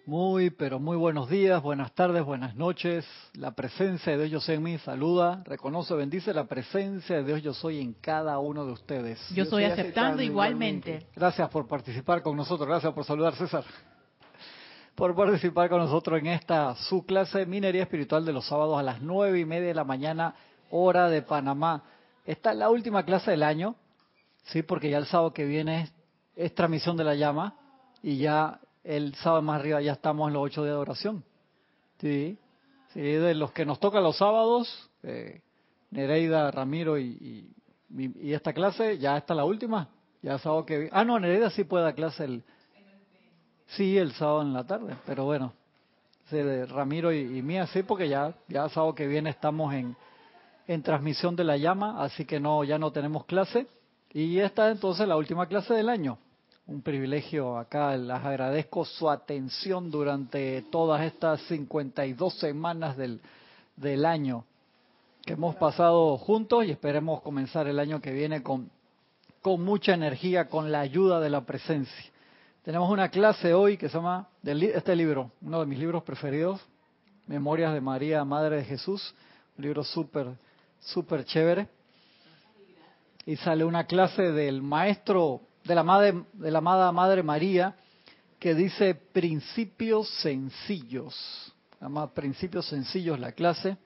Muy, pero muy buenos días, buenas tardes, buenas noches. La presencia de Dios Yo Soy en mí saluda, reconoce, bendice la presencia de Dios Yo Soy en cada uno de ustedes. Yo estoy aceptando igualmente. Gracias por participar con nosotros, gracias por saludar, César. Por participar con nosotros en esta su clase Minería Espiritual de los sábados a las 9:30 de la mañana, hora de Panamá. Esta es la última clase del año, sí, porque ya el sábado que viene es transmisión de la llama y ya el sábado más arriba ya estamos en los 8 días de oración. Sí, sí, de los que nos tocan los sábados, Nereida, Ramiro y esta clase, ya está la última. Ya sábado que no, Nereida sí puede dar clase el sábado en la tarde, pero bueno, sí, de Ramiro y mía sí, porque ya sábado que viene estamos en transmisión de la llama, así que ya no tenemos clase. Y esta es entonces la última clase del año. Un privilegio acá, les agradezco su atención durante todas estas 52 semanas del año que hemos pasado juntos y esperemos comenzar el año que viene con mucha energía, con la ayuda de la presencia. Tenemos una clase hoy que se llama, este libro, uno de mis libros preferidos, Memorias de María, Madre de Jesús, un libro súper chévere. Y sale una clase del maestro de la amada Madre María que dice principios sencillos. Llama principios sencillos la clase.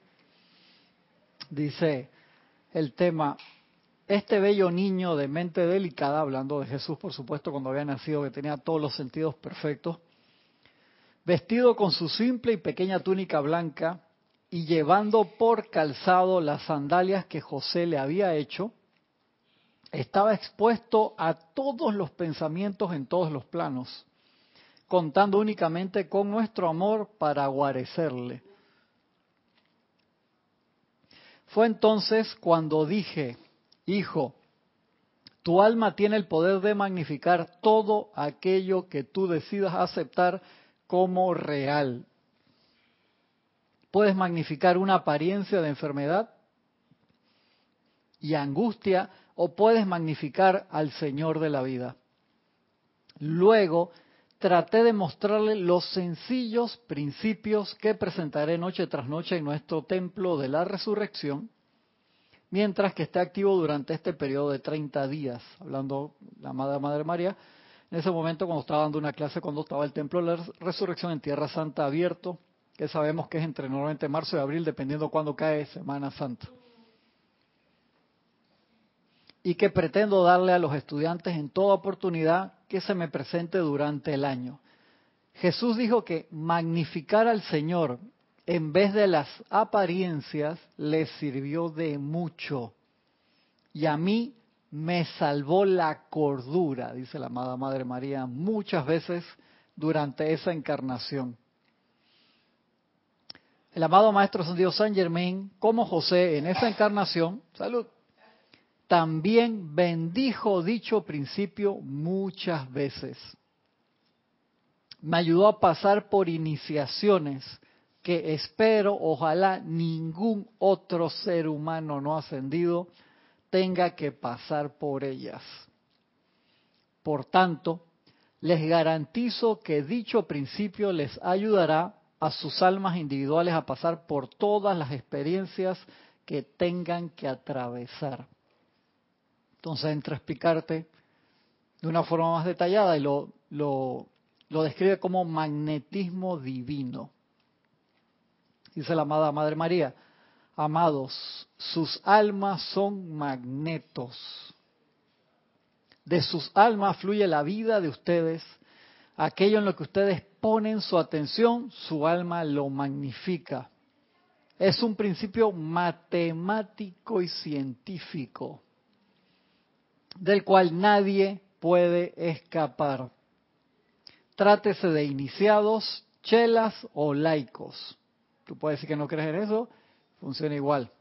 Dice el tema: este bello niño de mente delicada, hablando de Jesús por supuesto cuando había nacido, que tenía todos los sentidos perfectos, vestido con su simple y pequeña túnica blanca y llevando por calzado las sandalias que José le había hecho, estaba expuesto a todos los pensamientos en todos los planos, contando únicamente con nuestro amor para guarecerle. Fue entonces cuando dije: hijo, tu alma tiene el poder de magnificar todo aquello que tú decidas aceptar como real. Puedes magnificar una apariencia de enfermedad y angustia, o puedes magnificar al Señor de la vida. Luego traté de mostrarle los sencillos principios que presentaré noche tras noche en nuestro templo de la resurrección, mientras que esté activo durante este periodo de 30 días, hablando la Madre María, en ese momento cuando estaba dando una clase, cuando estaba el templo de la resurrección en Tierra Santa abierto, que sabemos que es entre normalmente marzo y abril, dependiendo cuándo cae Semana Santa. Y que pretendo darle a los estudiantes en toda oportunidad que se me presente durante el año. Jesús dijo que magnificar al Señor en vez de las apariencias le sirvió de mucho. Y a mí me salvó la cordura, dice la amada Madre María, muchas veces durante esa encarnación. El amado Maestro Ascendido Saint Germain, como José en esa encarnación, salud, también bendijo dicho principio muchas veces. Me ayudó a pasar por iniciaciones que espero, ojalá, ningún otro ser humano no ascendido tenga que pasar por ellas. Por tanto, les garantizo que dicho principio les ayudará a sus almas individuales a pasar por todas las experiencias que tengan que atravesar. Entonces entra a explicarte de una forma más detallada y lo describe como magnetismo divino. Dice la amada Madre María: amados, sus almas son magnetos. De sus almas fluye la vida de ustedes. Aquello en lo que ustedes ponen su atención, su alma lo magnifica. Es un principio matemático y científico, del cual nadie puede escapar. Trátese de iniciados, chelas o laicos. Tú puedes decir que no crees en eso, funciona igual.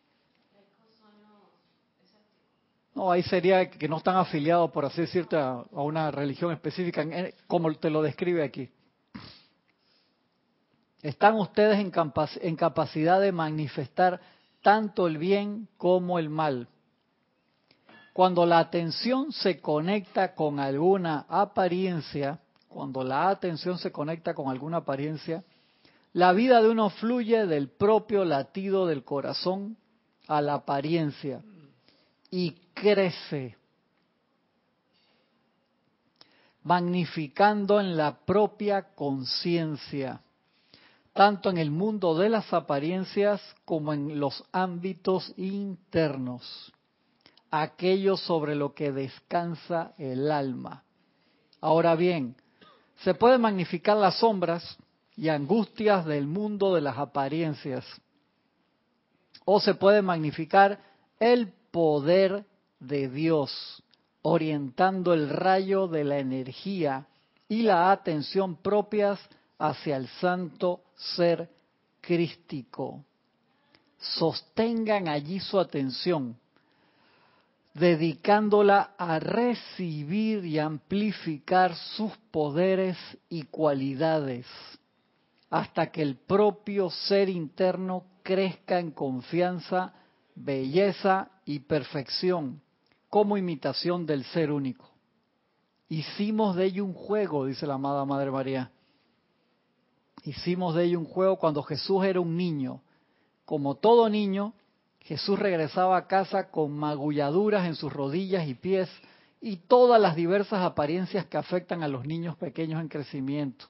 No, ahí sería que no están afiliados, por así decirte, a una religión específica, como te lo describe aquí. Están ustedes en capacidad de manifestar tanto el bien como el mal. Cuando la atención se conecta con alguna apariencia, cuando la atención se conecta con alguna apariencia, la vida de uno fluye del propio latido del corazón a la apariencia y crece, magnificando en la propia conciencia, tanto en el mundo de las apariencias como en los ámbitos internos, aquello sobre lo que descansa el alma. Ahora bien, se pueden magnificar las sombras y angustias del mundo de las apariencias, o se puede magnificar el poder de Dios, orientando el rayo de la energía y la atención propias hacia el santo ser crístico. Sostengan allí su atención, dedicándola a recibir y amplificar sus poderes y cualidades, hasta que el propio ser interno crezca en confianza, belleza y perfección, como imitación del ser único. Hicimos de ello un juego, dice la amada Madre María. Hicimos de ello un juego cuando Jesús era un niño. Como todo niño, Jesús regresaba a casa con magulladuras en sus rodillas y pies y todas las diversas apariencias que afectan a los niños pequeños en crecimiento.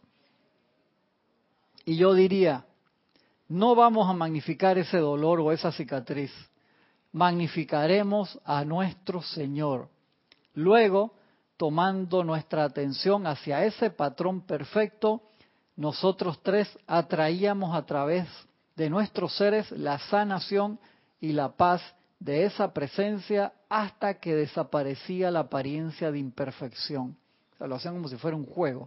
Y yo diría, no vamos a magnificar ese dolor o esa cicatriz, magnificaremos a nuestro Señor. Luego, tomando nuestra atención hacia ese patrón perfecto, nosotros tres atraíamos a través de nuestros seres la sanación y la paz de esa presencia hasta que desaparecía la apariencia de imperfección. O sea, lo hacían como si fuera un juego.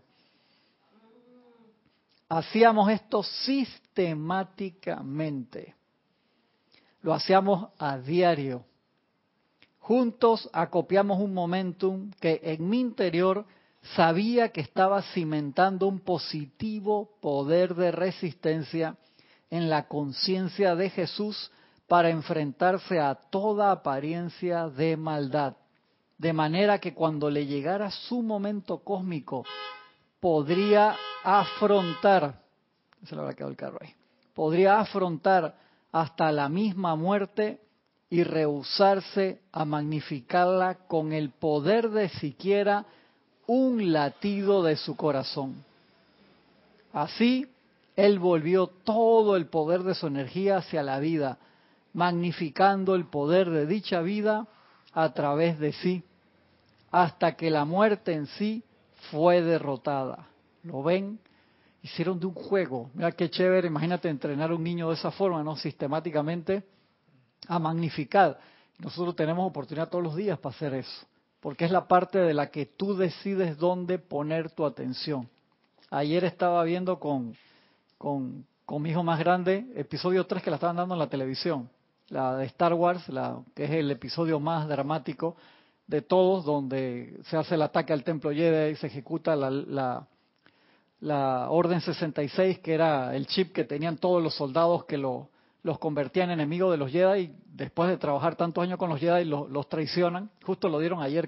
Hacíamos esto sistemáticamente. Lo hacíamos a diario. Juntos acopiamos un momentum que en mi interior sabía que estaba cimentando un positivo poder de resistencia en la conciencia de Jesús para enfrentarse a toda apariencia de maldad. De manera que cuando le llegara su momento cósmico, podría afrontar, se le habrá quedado el carro ahí, podría afrontar hasta la misma muerte y rehusarse a magnificarla con el poder de siquiera un latido de su corazón. Así, él volvió todo el poder de su energía hacia la vida, magnificando el poder de dicha vida a través de sí, hasta que la muerte en sí fue derrotada. ¿Lo ven? Hicieron de un juego. Mira qué chévere, imagínate entrenar a un niño de esa forma, ¿no? Sistemáticamente a magnificar. Nosotros tenemos oportunidad todos los días para hacer eso, porque es la parte de la que tú decides dónde poner tu atención. Ayer estaba viendo con mi hijo más grande, episodio 3 que la estaban dando en la televisión, la de Star Wars, que es el episodio más dramático de todos, donde se hace el ataque al templo Jedi y se ejecuta la Orden 66, que era el chip que tenían todos los soldados que los convertían en enemigos de los Jedi, y después de trabajar tantos años con los Jedi los traicionan. Justo lo dieron ayer,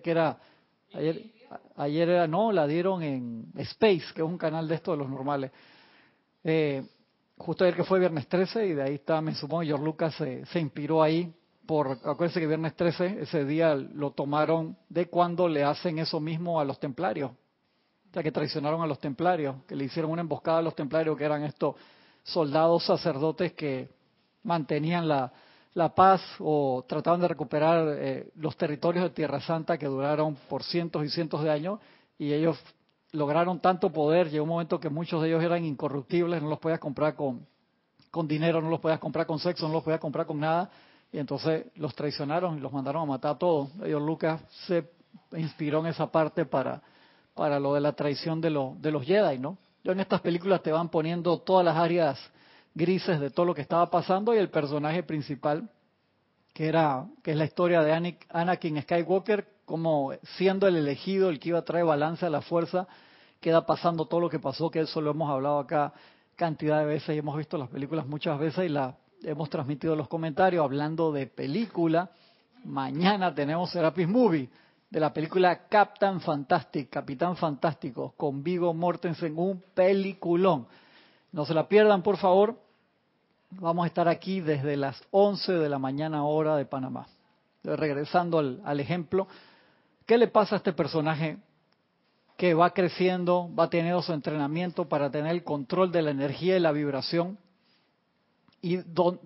ayer era, no, la dieron en Space, que es un canal de estos de los normales. Justo ayer que fue Viernes 13, y de ahí está, me supongo, George Lucas se inspiró ahí. Acuérdense que Viernes 13, ese día lo tomaron de cuando le hacen eso mismo a los templarios. O sea, que traicionaron a los templarios, que le hicieron una emboscada a los templarios, que eran estos soldados sacerdotes que mantenían la paz o trataban de recuperar los territorios de Tierra Santa que duraron por cientos y cientos de años, y ellos lograron tanto poder. Llegó un momento que muchos de ellos eran incorruptibles, no los podías comprar con dinero, no los podías comprar con sexo, no los podías comprar con nada, y entonces los traicionaron y los mandaron a matar a todos. Lucas se inspiró en esa parte para lo de la traición de los Jedi, ¿no? Yo en estas películas te van poniendo todas las áreas grises de todo lo que estaba pasando, y el personaje principal, que es la historia de Anakin Skywalker, como siendo el elegido, el que iba a traer balance a la fuerza, queda pasando todo lo que pasó, que eso lo hemos hablado acá cantidad de veces y hemos visto las películas muchas veces y la hemos transmitido los comentarios. Hablando de película, mañana tenemos Serapis Movie, de la película Captain Fantastic, Capitán Fantástico, con Viggo Mortensen, un peliculón. No se la pierdan, por favor. Vamos a estar aquí desde las 11 de la mañana hora de Panamá. Regresando al ejemplo, ¿qué le pasa a este personaje que va creciendo, va teniendo su entrenamiento para tener el control de la energía y la vibración? Y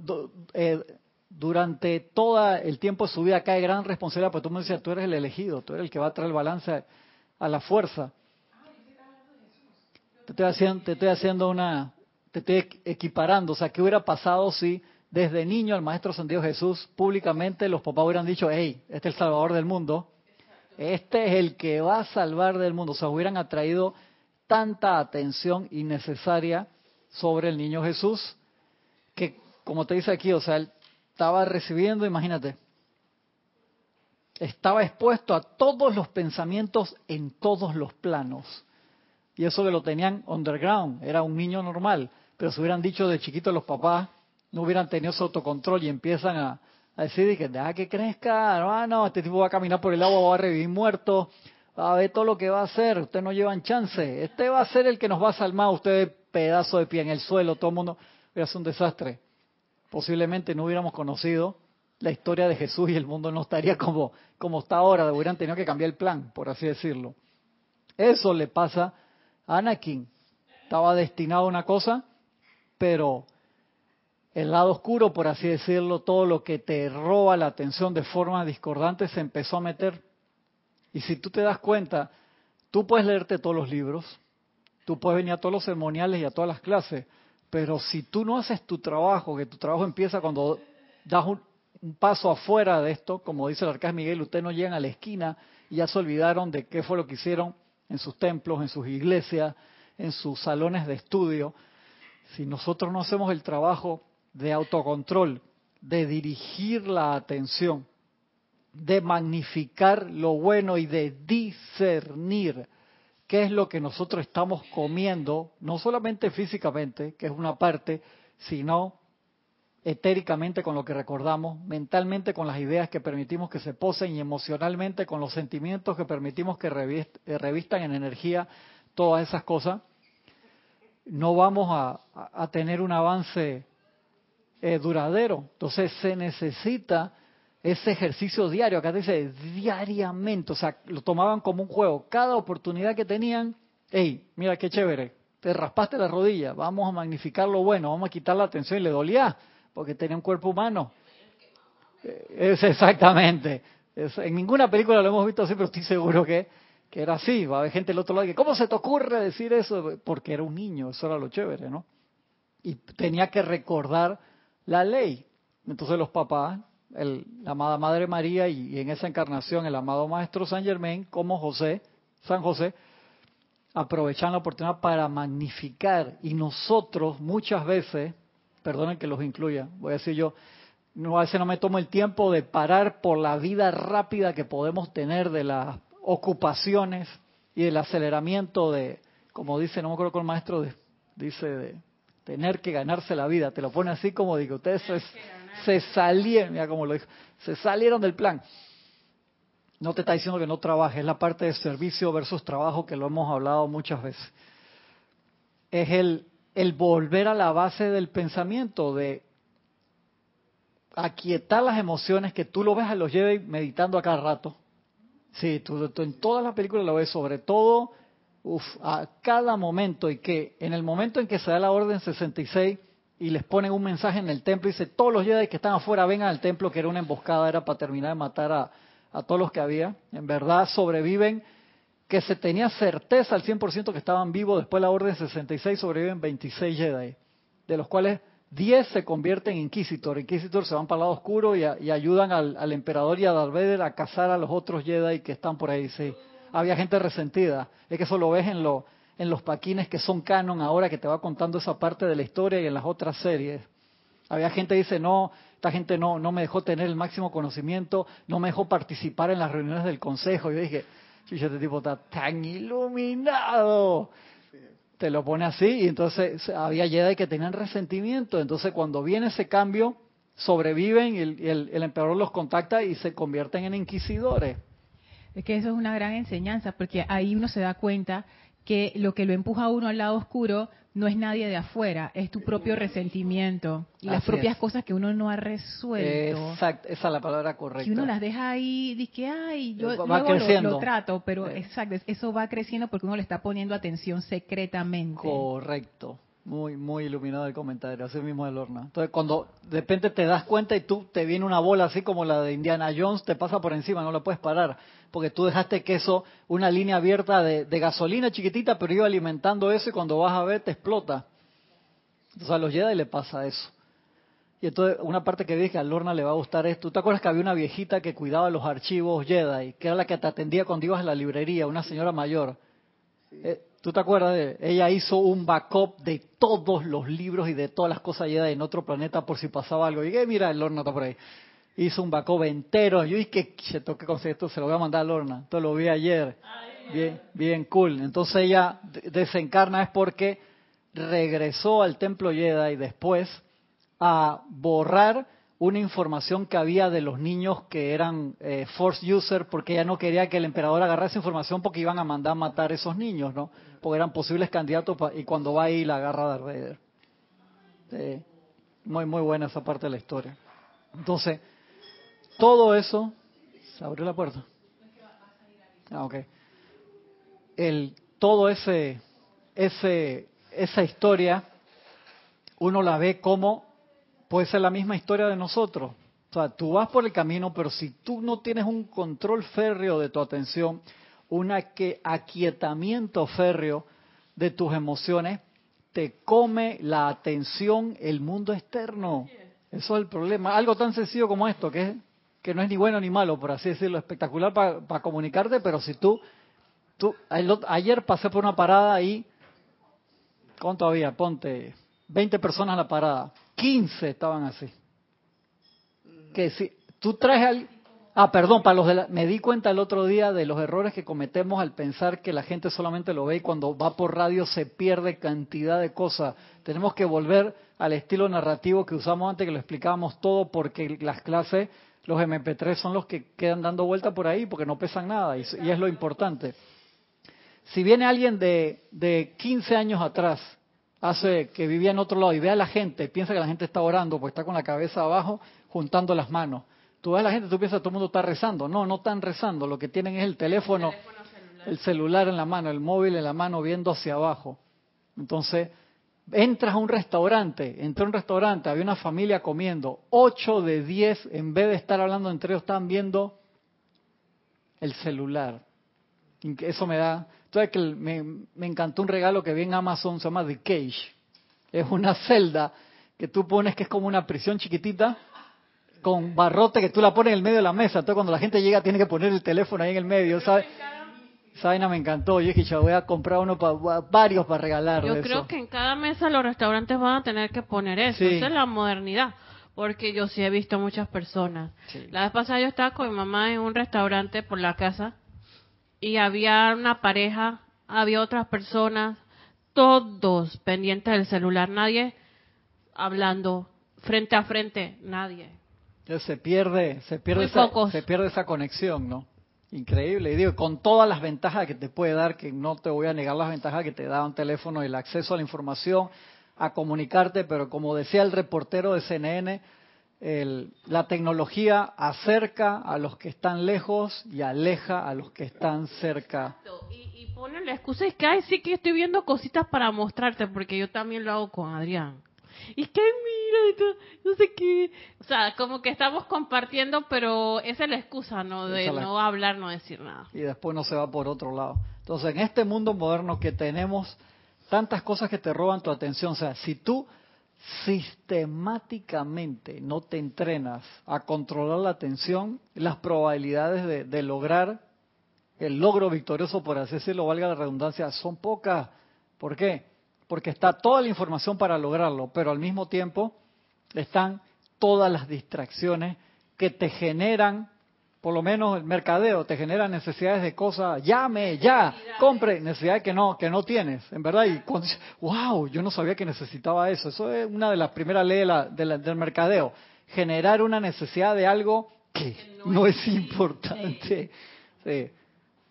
durante todo el tiempo de su vida cae gran responsabilidad, porque tú me decías, tú eres el elegido, tú eres el que va a traer el balance a la fuerza. Te estoy equiparando, o sea, ¿qué hubiera pasado si desde niño el Maestro Ascendido Jesús públicamente los papás hubieran dicho, hey, este es el Salvador del mundo, este es el que va a salvar del mundo? O sea, hubieran atraído tanta atención innecesaria sobre el niño Jesús, que como te dice aquí, o sea, él estaba recibiendo, imagínate, estaba expuesto a todos los pensamientos en todos los planos. Y eso que lo tenían underground, era un niño normal. Pero si hubieran dicho de chiquito los papás, no hubieran tenido ese autocontrol y empiezan a decir que deja que crezca, hermano, este tipo va a caminar por el agua, va a revivir muerto, va a ver todo lo que va a hacer, ustedes no llevan chance. Este va a ser el que nos va a salvar, ustedes pedazo de pie en el suelo, todo el mundo, hubiera sido un desastre. Posiblemente no hubiéramos conocido la historia de Jesús y el mundo no estaría como está ahora, hubieran tenido que cambiar el plan, por así decirlo. Eso le pasa a Anakin. Estaba destinado a una cosa, pero el lado oscuro, por así decirlo, todo lo que te roba la atención de forma discordante se empezó a meter. Y si tú te das cuenta, tú puedes leerte todos los libros, tú puedes venir a todos los ceremoniales y a todas las clases, pero si tú no haces tu trabajo, que tu trabajo empieza cuando das un paso afuera de esto, como dice el Arcángel Miguel, ustedes no llegan a la esquina y ya se olvidaron de qué fue lo que hicieron en sus templos, en sus iglesias, en sus salones de estudio. Si nosotros no hacemos el trabajo de autocontrol, de dirigir la atención, de magnificar lo bueno y de discernir qué es lo que nosotros estamos comiendo, no solamente físicamente, que es una parte, sino etéricamente con lo que recordamos, mentalmente con las ideas que permitimos que se posen y emocionalmente con los sentimientos que permitimos que revistan en energía, todas esas cosas, no vamos a tener un avance duradero. Entonces se necesita ese ejercicio diario. Acá dice diariamente, o sea, lo tomaban como un juego. Cada oportunidad que tenían, hey, mira qué chévere, te raspaste la rodilla, vamos a magnificar lo bueno, vamos a quitar la atención y le dolía, porque tenía un cuerpo humano. Es exactamente. En ninguna película lo hemos visto así, pero estoy seguro que era así. Va a haber gente del otro lado que, ¿cómo se te ocurre decir eso? Porque era un niño, eso era lo chévere, ¿no? Y tenía que recordar la ley. Entonces los papás, la amada Madre María y en esa encarnación el amado Maestro Saint Germain, como San José, aprovechan la oportunidad para magnificar. Y nosotros muchas veces, perdonen que los incluya, voy a decir yo, no, a veces no me tomo el tiempo de parar por la vida rápida que podemos tener de las ocupaciones y del aceleramiento de, como dice, no me acuerdo con el maestro, dice de tener que ganarse la vida, te lo pone así como digo, ustedes se salieron, mira cómo lo dijo, se salieron del plan. No te está diciendo que no trabajes, es la parte de servicio versus trabajo que lo hemos hablado muchas veces. Es el volver a la base del pensamiento, de aquietar las emociones, que tú lo ves a los Jedi meditando a cada rato. Sí, tú en todas las películas lo ves, sobre todo a cada momento, y que en el momento en que se da la orden 66 y les ponen un mensaje en el templo y dice, todos los Jedi que están afuera vengan al templo, que era una emboscada, era para terminar de matar a todos los que había, en verdad sobreviven, que se tenía certeza al 100% que estaban vivos después de la orden 66, sobreviven 26 Jedi, de los cuales 10 se convierten en Inquisitor. Inquisitor se van para el lado oscuro y ayudan al emperador y a Darth Vader a cazar a los otros Jedi que están por ahí. Sí, había gente resentida. Es que eso lo ves en los paquines que son canon ahora, que te va contando esa parte de la historia, y en las otras series. Había gente que dice, no, esta gente no me dejó tener el máximo conocimiento, no me dejó participar en las reuniones del consejo. Y yo dije, este tipo está tan iluminado. Te lo pone así, y entonces había Jedi que tenían resentimiento. Entonces cuando viene ese cambio, sobreviven y el emperador los contacta y se convierten en inquisidores. Es que eso es una gran enseñanza, porque ahí uno se da cuenta que lo que lo empuja a uno al lado oscuro no es nadie de afuera, es tu propio resentimiento y las propias cosas que uno no ha resuelto. Exacto, esa es la palabra correcta. Que uno las deja ahí, dice que, ay, yo va luego creciendo. lo trato, pero exacto, eso va creciendo porque uno le está poniendo atención secretamente. Correcto. Muy, muy iluminado el comentario, así mismo el horno. Entonces, cuando de repente te das cuenta y tú te viene una bola así como la de Indiana Jones, te pasa por encima, no la puedes parar, porque tú dejaste que eso, una línea abierta de gasolina chiquitita, pero iba alimentando eso y cuando vas a ver te explota. Entonces a los Jedi le pasa eso. Y entonces una parte que dije que a Lorna le va a gustar es, ¿tú te acuerdas que había una viejita que cuidaba los archivos Jedi, que era la que te atendía cuando ibas a la librería, una señora mayor? ¿Tú te acuerdas de? Ella hizo un backup de todos los libros y de todas las cosas Jedi en otro planeta por si pasaba algo. Y dije, mira, el Lorna está por ahí. Hizo un backup entero. Yo dije, que tengo que conseguir esto, se lo voy a mandar a Lorna. Entonces lo vi ayer. Bien, bien cool. Entonces ella desencarna es porque regresó al templo Jedi después a borrar una información que había de los niños que eran Force User, porque ella no quería que el emperador agarrara esa información porque iban a mandar a matar a esos niños, ¿no? Porque eran posibles candidatos y cuando va ahí la agarra Darth Vader. Muy, muy buena esa parte de la historia. Entonces, todo eso... ¿Se abrió la puerta? Ah, ok. Todo esa historia, uno la ve como puede ser la misma historia de nosotros. O sea, tú vas por el camino, pero si tú no tienes un control férreo de tu atención, un aquietamiento férreo de tus emociones, te come la atención el mundo externo. Eso es el problema. Algo tan sencillo como esto, que no es ni bueno ni malo, por así decirlo, espectacular para comunicarte, pero si ayer pasé por una parada y, ¿cuánto había? Ponte 20 personas en la parada. 15 estaban así. Que si tú traes perdón, para me di cuenta el otro día de los errores que cometemos al pensar que la gente solamente lo ve y cuando va por radio se pierde cantidad de cosas. Tenemos que volver al estilo narrativo que usamos antes, que lo explicábamos todo, porque las clases, los MP3 son los que quedan dando vuelta por ahí porque no pesan nada y es lo importante. Si viene alguien de 15 años atrás, que vivía en otro lado y ve a la gente, piensa que la gente está orando porque está con la cabeza abajo juntando las manos. Tú ves a la gente, tú piensas que todo el mundo está rezando. No, no están rezando, lo que tienen es el teléfono el celular en la mano, el móvil en la mano viendo hacia abajo. Entonces, entré a un restaurante, había una familia comiendo, 8 de 10 en vez de estar hablando entre ellos estaban viendo el celular. Eso me da... Entonces, me encantó un regalo que vi en Amazon, se llama The Cage. Es una celda que tú pones que es como una prisión chiquitita con barrote que tú la pones en el medio de la mesa. Entonces, cuando la gente llega, tiene que poner el teléfono ahí en el medio, ¿sabes? Esa vaina me encantó. Yo dije, yo voy a comprar varios para regalar. Yo creo que en cada mesa los restaurantes van a tener que poner eso. Sí. Esa es la modernidad. Porque yo sí he visto muchas personas. Sí. La vez pasada yo estaba con mi mamá en un restaurante por la casa y había una pareja, había otras personas, todos pendientes del celular, nadie hablando frente a frente, nadie. Se pierde esa conexión, ¿no? Increíble. Y digo, con todas las ventajas que te puede dar, que no te voy a negar las ventajas que te da un teléfono, el acceso a la información, a comunicarte, pero como decía el reportero de CNN, la tecnología acerca a los que están lejos y aleja a los que están cerca. Y ponen la excusa, es que, ay, sí que estoy viendo cositas para mostrarte, porque yo también lo hago con Adrián. Y que mira, no sé qué. O sea, como que estamos compartiendo, pero esa es la excusa, ¿no? De no hablar, no decir nada. Y después no se va por otro lado. Entonces, en este mundo moderno que tenemos tantas cosas que te roban tu atención, o sea, si tú sistemáticamente no te entrenas a controlar la atención, las probabilidades de lograr el logro victorioso, por así decirlo, valga la redundancia, son pocas. ¿Por qué? Porque está toda la información para lograrlo, pero al mismo tiempo están todas las distracciones que te generan, por lo menos el mercadeo, te genera necesidades de cosas, llame, ya, compre, necesidades que no tienes, en verdad. Y cuando dices, wow, yo no sabía que necesitaba eso. Eso es una de las primeras leyes del mercadeo, generar una necesidad de algo que no es importante. Sí.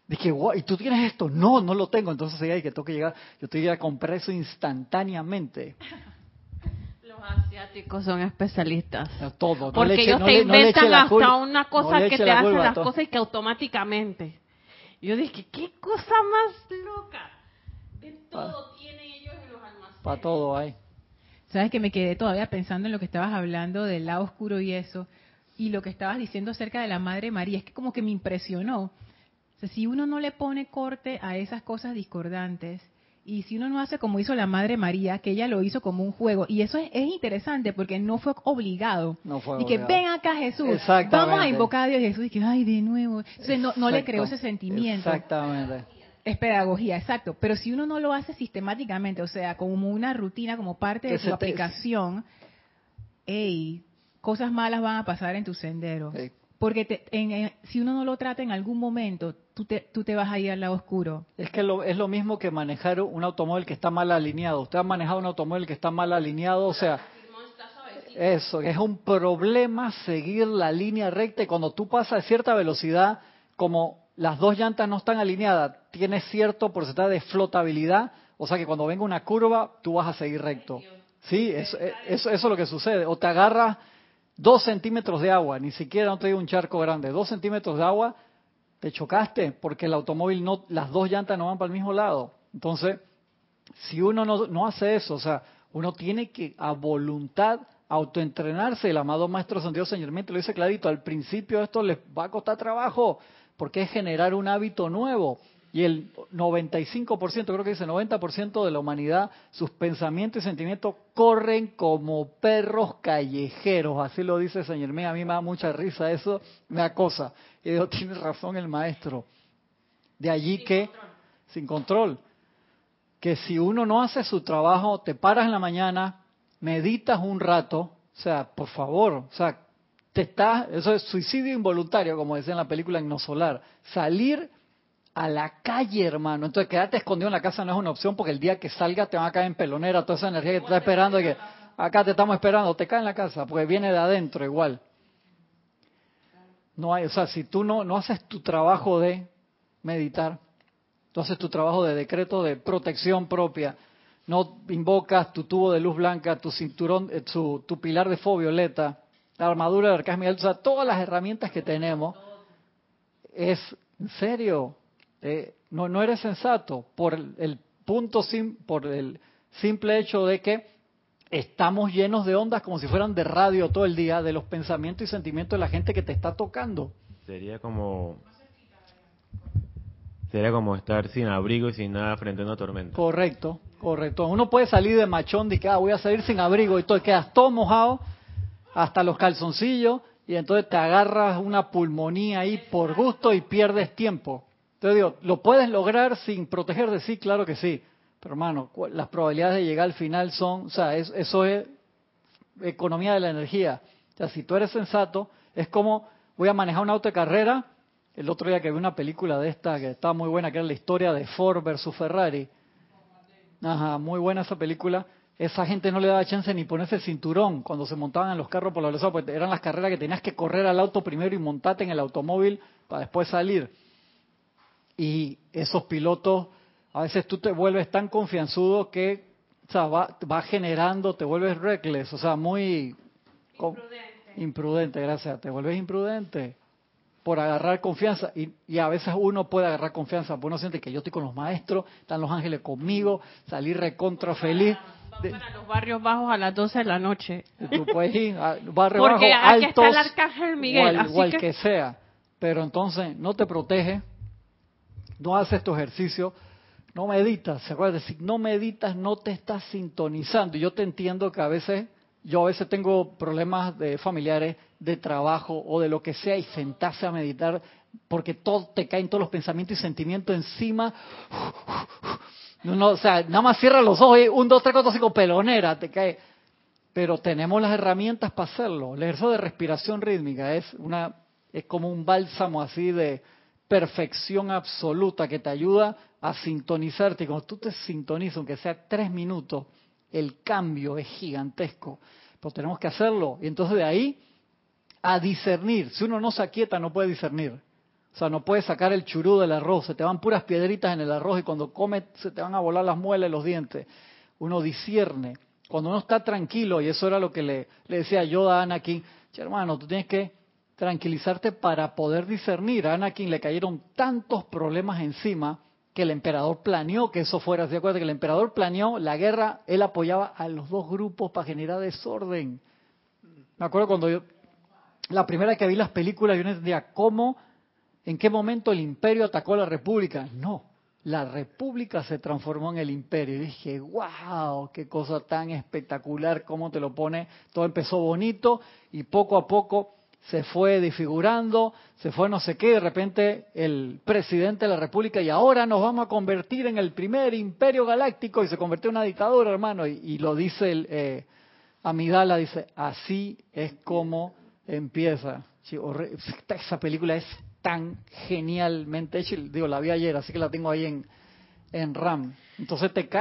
Dije, wow, ¿y tú tienes esto? No, no lo tengo. Entonces ahí que tengo que llegar, yo te iba a comprar eso instantáneamente. Los asiáticos son especialistas. Todo. Porque ellos te inventan hasta una cosa que te hace las cosas y que automáticamente. Yo dije, ¿qué cosa más loca? De todo tienen ellos en los almacenes. Para todo hay. Sabes que me quedé todavía pensando en lo que estabas hablando del lado oscuro y eso, y lo que estabas diciendo acerca de la Madre María, es que como que me impresionó. O sea, si uno no le pone corte a esas cosas discordantes, y si uno no hace como hizo la Madre María, que ella lo hizo como un juego, y eso es interesante porque no fue obligado. No fue obligado. Que ven acá Jesús, vamos a invocar a Dios, y Jesús dice, ay, de nuevo. Entonces no le creó ese sentimiento. Exactamente. Es pedagogía, exacto. Pero si uno no lo hace sistemáticamente, o sea, como una rutina, como parte de su aplicación, cosas malas van a pasar en tu sendero. Porque si uno no lo trata en algún momento, tú te vas a ir al lado oscuro. Es que es lo mismo que manejar un automóvil que está mal alineado. Usted ha manejado un automóvil que está mal alineado, o sea, eso, es un problema seguir la línea recta y cuando tú pasas a cierta velocidad, como las dos llantas no están alineadas, tienes cierto porcentaje de flotabilidad, o sea que cuando venga una curva, tú vas a seguir recto. Sí, eso es lo que sucede. O te agarras 2 centímetros de agua, ni siquiera no te digo un charco grande, 2 centímetros de agua, te chocaste porque el automóvil las dos llantas no van para el mismo lado. Entonces, si uno no hace eso, o sea, uno tiene que a voluntad autoentrenarse. El amado Maestro Santiago Saint Germain te lo dice clarito, al principio esto les va a costar trabajo, porque es generar un hábito nuevo. Y el 95%, creo que dice 90% de la humanidad, sus pensamientos y sentimientos corren como perros callejeros. Así lo dice Saint Germain. A mí me da mucha risa eso, me acosa. Y digo, tiene razón el maestro. De allí sin control, que si uno no hace su trabajo, te paras en la mañana, meditas un rato, o sea, por favor, o sea, eso es suicidio involuntario, como decía en la película Ignosolar. Salir a la calle, hermano. Entonces, quedarte escondido en la casa no es una opción porque el día que salgas te van a caer en pelonera toda esa energía que te está esperando y que acá te estamos esperando, te cae en la casa porque viene de adentro igual. No hay, o sea, si tú no haces tu trabajo de meditar, tú haces tu trabajo de decreto de protección propia, no invocas tu tubo de luz blanca, tu cinturón, tu pilar de fuego violeta, la armadura de Arcángel Miguel, o sea, todas las herramientas que tenemos, es, en serio, no eres sensato por por el simple hecho de que estamos llenos de ondas como si fueran de radio todo el día, de los pensamientos y sentimientos de la gente que te está tocando. Sería como estar sin abrigo y sin nada frente a una tormenta. Correcto. Uno puede salir de machón de que voy a salir sin abrigo y todo, quedas todo mojado hasta los calzoncillos y entonces te agarras una pulmonía ahí por gusto y pierdes tiempo. Entonces digo, ¿lo puedes lograr sin proteger de sí? Claro que sí. Pero hermano, las probabilidades de llegar al final son, o sea, eso es economía de la energía. O sea, si tú eres sensato, es como voy a manejar un auto de carrera. El otro día que vi una película de esta que estaba muy buena, que era la historia de Ford versus Ferrari. Ajá, muy buena esa película. Esa gente no le daba chance ni ponerse el cinturón cuando se montaban en los carros por la velocidad, porque eran las carreras que tenías que correr al auto primero y montarte en el automóvil para después salir. Y esos pilotos, a veces tú te vuelves tan confianzudo que, o sea, va generando, te vuelves reckless, o sea, muy imprudente, gracias, te vuelves imprudente por agarrar confianza y a veces uno puede agarrar confianza, porque uno siente que yo estoy con los maestros, están los ángeles conmigo, salir recontra feliz. Para los barrios bajos a las 12 de la noche. Tú puedes ir a barrios bajos, porque aquí altos, está el Arcángel Miguel, igual que sea, pero entonces no te protege, no haces tu ejercicio, no meditas, ¿se acuerdan? Si no meditas no te estás sintonizando. Y yo te entiendo que a veces tengo problemas de familiares, de trabajo o de lo que sea y sentarse a meditar porque te caen todos los pensamientos y sentimientos encima. O sea, nada más cierra los ojos y 1, 2, 3, 4, 5, pelonera, te cae. Pero tenemos las herramientas para hacerlo. El ejercicio de respiración rítmica es como un bálsamo así de perfección absoluta que te ayuda a sintonizarte. Y cuando tú te sintonizas, aunque sea 3 minutos, el cambio es gigantesco. Pero tenemos que hacerlo. Y entonces de ahí a discernir. Si uno no se aquieta, no puede discernir. O sea, no puedes sacar el churú del arroz, se te van puras piedritas en el arroz y cuando comes se te van a volar las muelas y los dientes. Uno discierne. Cuando uno está tranquilo, y eso era lo que le decía yo a Anakin, hermano, tú tienes que tranquilizarte para poder discernir. A Anakin le cayeron tantos problemas encima que el emperador planeó que eso fuera así. Acuérdate que el emperador planeó la guerra, él apoyaba a los dos grupos para generar desorden. Me acuerdo cuando yo, la primera vez que vi las películas, yo no entendía cómo, en qué momento el imperio atacó a la república. No, la república se transformó en el imperio. Y dije, wow, qué cosa tan espectacular, cómo te lo pone. Todo empezó bonito y poco a poco se fue desfigurando, se fue no sé qué, de repente el presidente de la república, y ahora nos vamos a convertir en el primer imperio galáctico, y se convirtió en una dictadura, hermano, y lo dice Amidala, dice, así es como empieza. Sí, esa película es tan genialmente hecha, digo, la vi ayer, así que la tengo ahí en RAM. Entonces te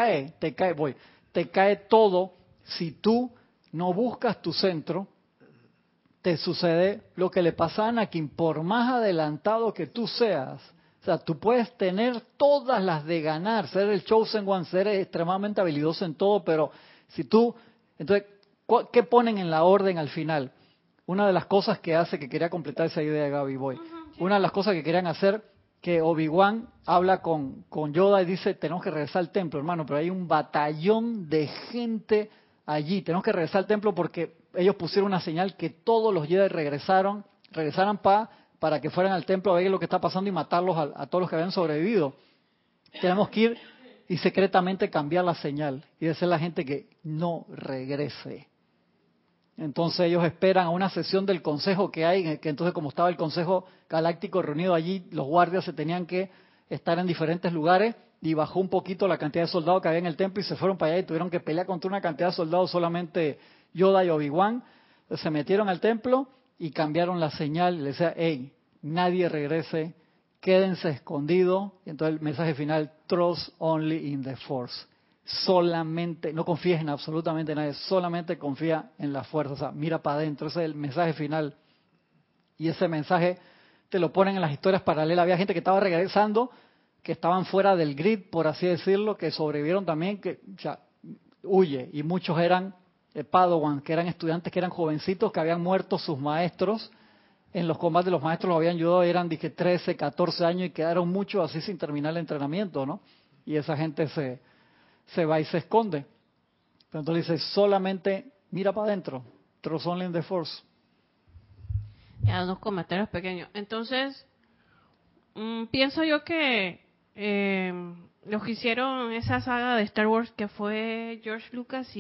cae todo si tú no buscas tu centro. Te sucede lo que le pasa a Anakin, por más adelantado que tú seas. O sea, tú puedes tener todas las de ganar, ser el Chosen One, ser extremadamente habilidoso en todo, pero si tú... Entonces, ¿qué ponen en la orden al final? Una de las cosas que hace, que quería completar esa idea de Gaby Boy, una de las cosas que querían hacer, que Obi-Wan habla con Yoda y dice, tenemos que regresar al templo, hermano, pero hay un batallón de gente allí, tenemos que regresar al templo porque ellos pusieron una señal que todos los Jedi regresaran para que fueran al templo a ver lo que está pasando y matarlos a todos los que habían sobrevivido. Tenemos que ir y secretamente cambiar la señal y decirle a la gente que no regrese. Entonces ellos esperan a una sesión del consejo que hay, que entonces como estaba el consejo galáctico reunido allí, los guardias se tenían que estar en diferentes lugares y bajó un poquito la cantidad de soldados que había en el templo y se fueron para allá y tuvieron que pelear contra una cantidad de soldados, solamente Yoda y Obi-Wan. Se metieron al templo y cambiaron la señal y le decía, hey, nadie regrese, quédense escondidos. Y entonces el mensaje final, trust only in the force. Solamente, no confíes en absolutamente nadie, solamente confía en la fuerza, o sea, mira para adentro, ese es el mensaje final. Y ese mensaje te lo ponen en las historias paralelas. Había gente que estaba regresando, que estaban fuera del grid, por así decirlo, que sobrevivieron también, que huye, y muchos eran Padawan, que eran estudiantes, que eran jovencitos, que habían muerto sus maestros en los combates. Los maestros los habían ayudado, eran dije 13, 14 años y quedaron muchos así sin terminar el entrenamiento, ¿no? Y esa gente se va y se esconde. Pero entonces dice, solamente mira para adentro, trust only in the force. Ya, unos comentarios pequeños. Entonces, pienso yo que los que hicieron esa saga de Star Wars, que fue George Lucas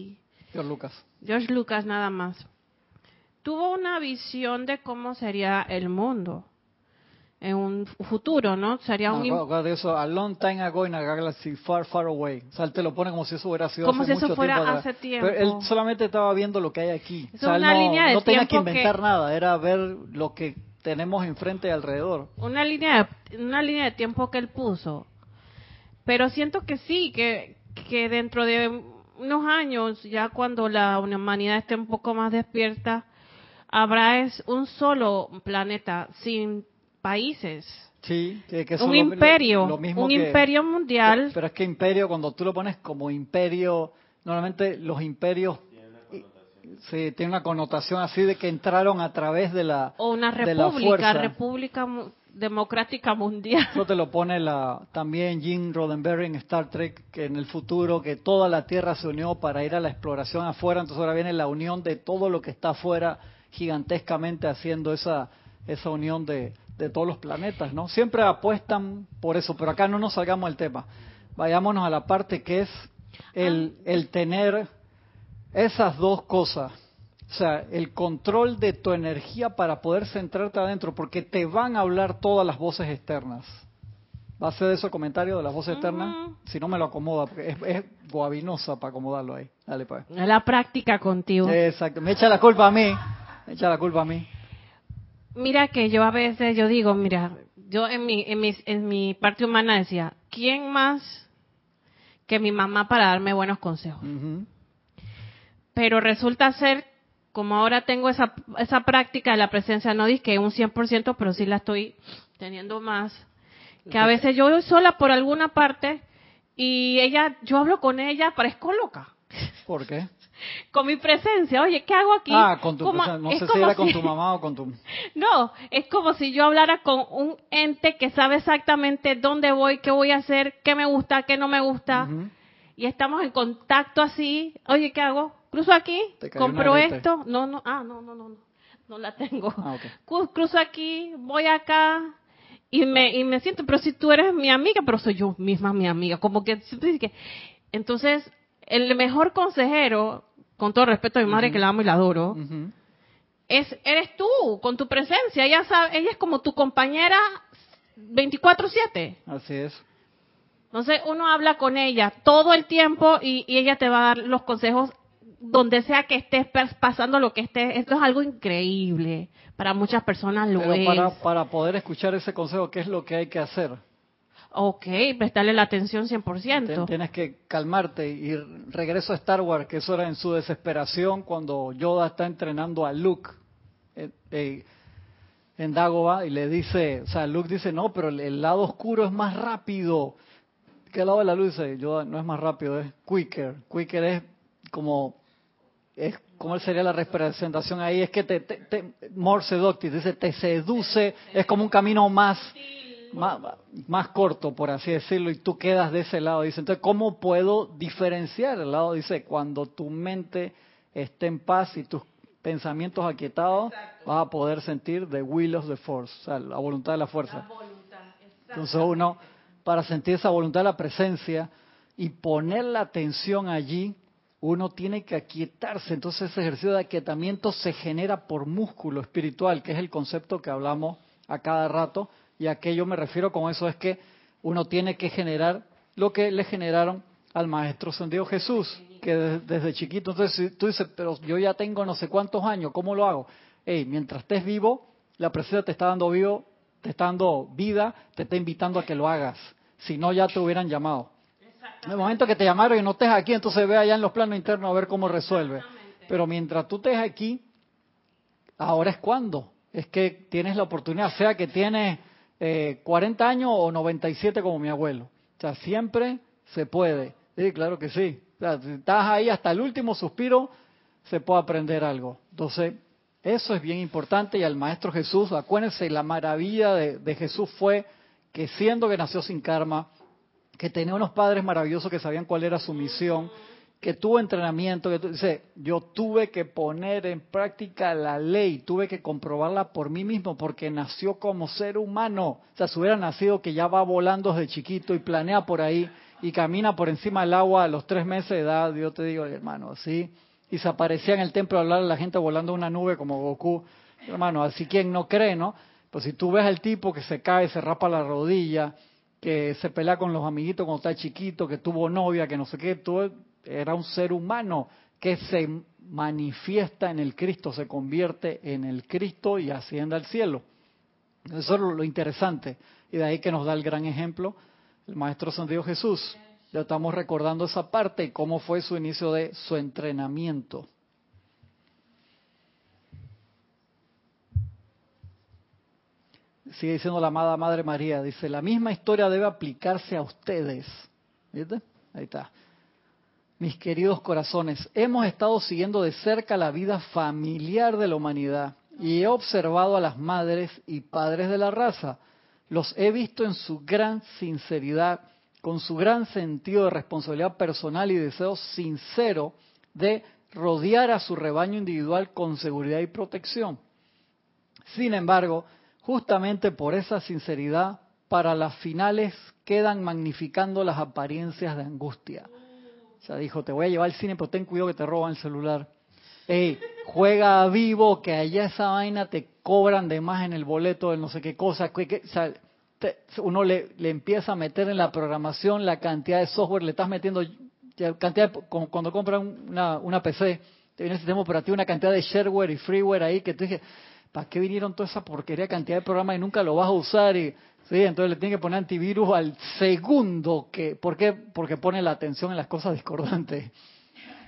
George Lucas nada más, tuvo una visión de cómo sería el mundo en un futuro, ¿no? Sería de eso, a long time ago in a galaxy far, far away. O sea, él te lo pone como si eso hubiera sido como hace si eso fuera tiempo hace tiempo. Pero él solamente estaba viendo lo que hay aquí. Es una línea de no tenía que tiempo inventar nada, era ver lo que tenemos enfrente y alrededor. Una línea de tiempo que él puso. Pero siento que sí, que dentro de unos años, ya cuando la humanidad esté un poco más despierta, habrá un solo planeta sin países. Sí, que un imperio, un imperio mundial. Pero es que imperio, cuando tú lo pones como imperio, normalmente los imperios sí, tienen una connotación así de que entraron a través de la o una república democrática mundial. Eso te lo pone también Gene Roddenberry en Star Trek, que en el futuro que toda la Tierra se unió para ir a la exploración afuera, entonces ahora viene la unión de todo lo que está afuera gigantescamente haciendo esa unión de todos los planetas, ¿no? Siempre apuestan por eso, pero acá no nos salgamos del tema. Vayámonos a la parte que es el tener esas dos cosas. O sea, el control de tu energía para poder centrarte adentro, porque te van a hablar todas las voces externas. ¿Va a ser eso el comentario de las voces externas? Si no me lo acomoda, porque es guabinosa para acomodarlo ahí. Dale, pues. La práctica contigo. Exacto. Me echa la culpa a mí. Mira que yo a veces, yo digo, mira, yo en mi parte humana decía, ¿quién más que mi mamá para darme buenos consejos? Uh-huh. Pero resulta ser como ahora tengo esa práctica de la presencia, no dije un 100%, pero sí la estoy teniendo más, que a veces yo voy sola por alguna parte y yo hablo con ella, parezco loca. ¿Por qué? Con mi presencia, oye, ¿qué hago aquí? Con tu presencia, no sé si era con tu mamá o con tu... No, es como si yo hablara con un ente que sabe exactamente dónde voy, qué voy a hacer, qué me gusta, qué no me gusta, y estamos en contacto así, oye, ¿qué hago? Cruzo aquí, compro esto, no la tengo. Okay. Cruzo aquí, voy acá y me siento, pero si tú eres mi amiga, pero soy yo misma mi amiga, como que entonces el mejor consejero, con todo respeto a mi madre que la amo y la adoro, eres tú, con tu presencia, ella es como tu compañera 24/7. Así es. Entonces uno habla con ella todo el tiempo y ella te va a dar los consejos donde sea que estés pasando lo que estés. Esto es algo increíble. Para muchas personas lo es. Pero para poder escuchar ese consejo, ¿qué es lo que hay que hacer? Ok, prestarle la atención 100%. Tienes que calmarte y regreso a Star Wars, que eso era en su desesperación cuando Yoda está entrenando a Luke en Dagobah y le dice, o sea, Luke dice, no, pero el lado oscuro es más rápido. ¿Qué lado de la luz? Dice, Yoda no es más rápido, es quicker. Quicker es como sería la representación ahí, es que more seductive, dice, te seduce, es como un camino más corto, por así decirlo, y tú quedas de ese lado. Dice, entonces, ¿cómo puedo diferenciar el lado? Dice, cuando tu mente esté en paz y tus pensamientos aquietados, vas a poder sentir the will of the force, o sea, la voluntad de la fuerza. Entonces uno, para sentir esa voluntad de la presencia y poner la atención allí, uno tiene que aquietarse. Entonces ese ejercicio de aquietamiento se genera por músculo espiritual, que es el concepto que hablamos a cada rato. Y a qué yo me refiero con eso es que uno tiene que generar lo que le generaron al Maestro Ascendido Jesús, que desde chiquito. Entonces si tú dices, pero yo ya tengo no sé cuántos años, ¿cómo lo hago? Mientras estés vivo, la presencia te está dando vida, te está invitando a que lo hagas. Si no, ya te hubieran llamado. En el momento que te llamaron y no estés aquí, entonces ve allá en los planos internos a ver cómo resuelve. Pero mientras tú estés aquí, ahora es cuando. Es que tienes la oportunidad, sea que tienes 40 años o 97 como mi abuelo. O sea, siempre se puede. Sí, claro que sí. O sea, si estás ahí hasta el último suspiro, se puede aprender algo. Entonces, eso es bien importante. Y al Maestro Jesús, acuérdense, la maravilla de Jesús fue que siendo que nació sin karma, que tenía unos padres maravillosos que sabían cuál era su misión, que tuvo entrenamiento, dice, yo tuve que poner en práctica la ley, tuve que comprobarla por mí mismo, porque nació como ser humano. O sea, si hubiera nacido que ya va volando desde chiquito y planea por ahí y camina por encima del agua a los 3 meses de edad, yo te digo, hermano, así, y se aparecía en el templo a hablar a la gente volando una nube como Goku, hermano, así quien no cree, ¿no? Pues si tú ves al tipo que se cae, se rapa la rodilla, que se pelea con los amiguitos cuando está chiquito, que tuvo novia, que no sé qué, todo era un ser humano que se manifiesta en el Cristo, se convierte en el Cristo y asciende al cielo. Eso es lo interesante, y de ahí que nos da el gran ejemplo el Maestro Ascendido Jesús. Ya estamos recordando esa parte y cómo fue su inicio de su entrenamiento. Sigue diciendo la amada Madre María, dice, la misma historia debe aplicarse a ustedes. ¿Viste? Ahí está. Mis queridos corazones, hemos estado siguiendo de cerca la vida familiar de la humanidad y he observado a las madres y padres de la raza. Los he visto en su gran sinceridad, con su gran sentido de responsabilidad personal y deseo sincero de rodear a su rebaño individual con seguridad y protección. Sin embargo, justamente por esa sinceridad, para las finales quedan magnificando las apariencias de angustia. O sea, dijo, te voy a llevar al cine, pero ten cuidado que te roban el celular. Juega vivo, que allá esa vaina te cobran de más en el boleto de no sé qué cosa. O sea, uno le empieza a meter en la programación la cantidad de software, le estás metiendo cuando compras una PC, te viene el sistema operativo, una cantidad de shareware y freeware ahí que tú dices, ¿para qué vinieron toda esa porquería cantidad de programas y nunca lo vas a usar? Y sí, entonces le tienen que poner antivirus al segundo. ¿Por qué? Porque pone la atención en las cosas discordantes.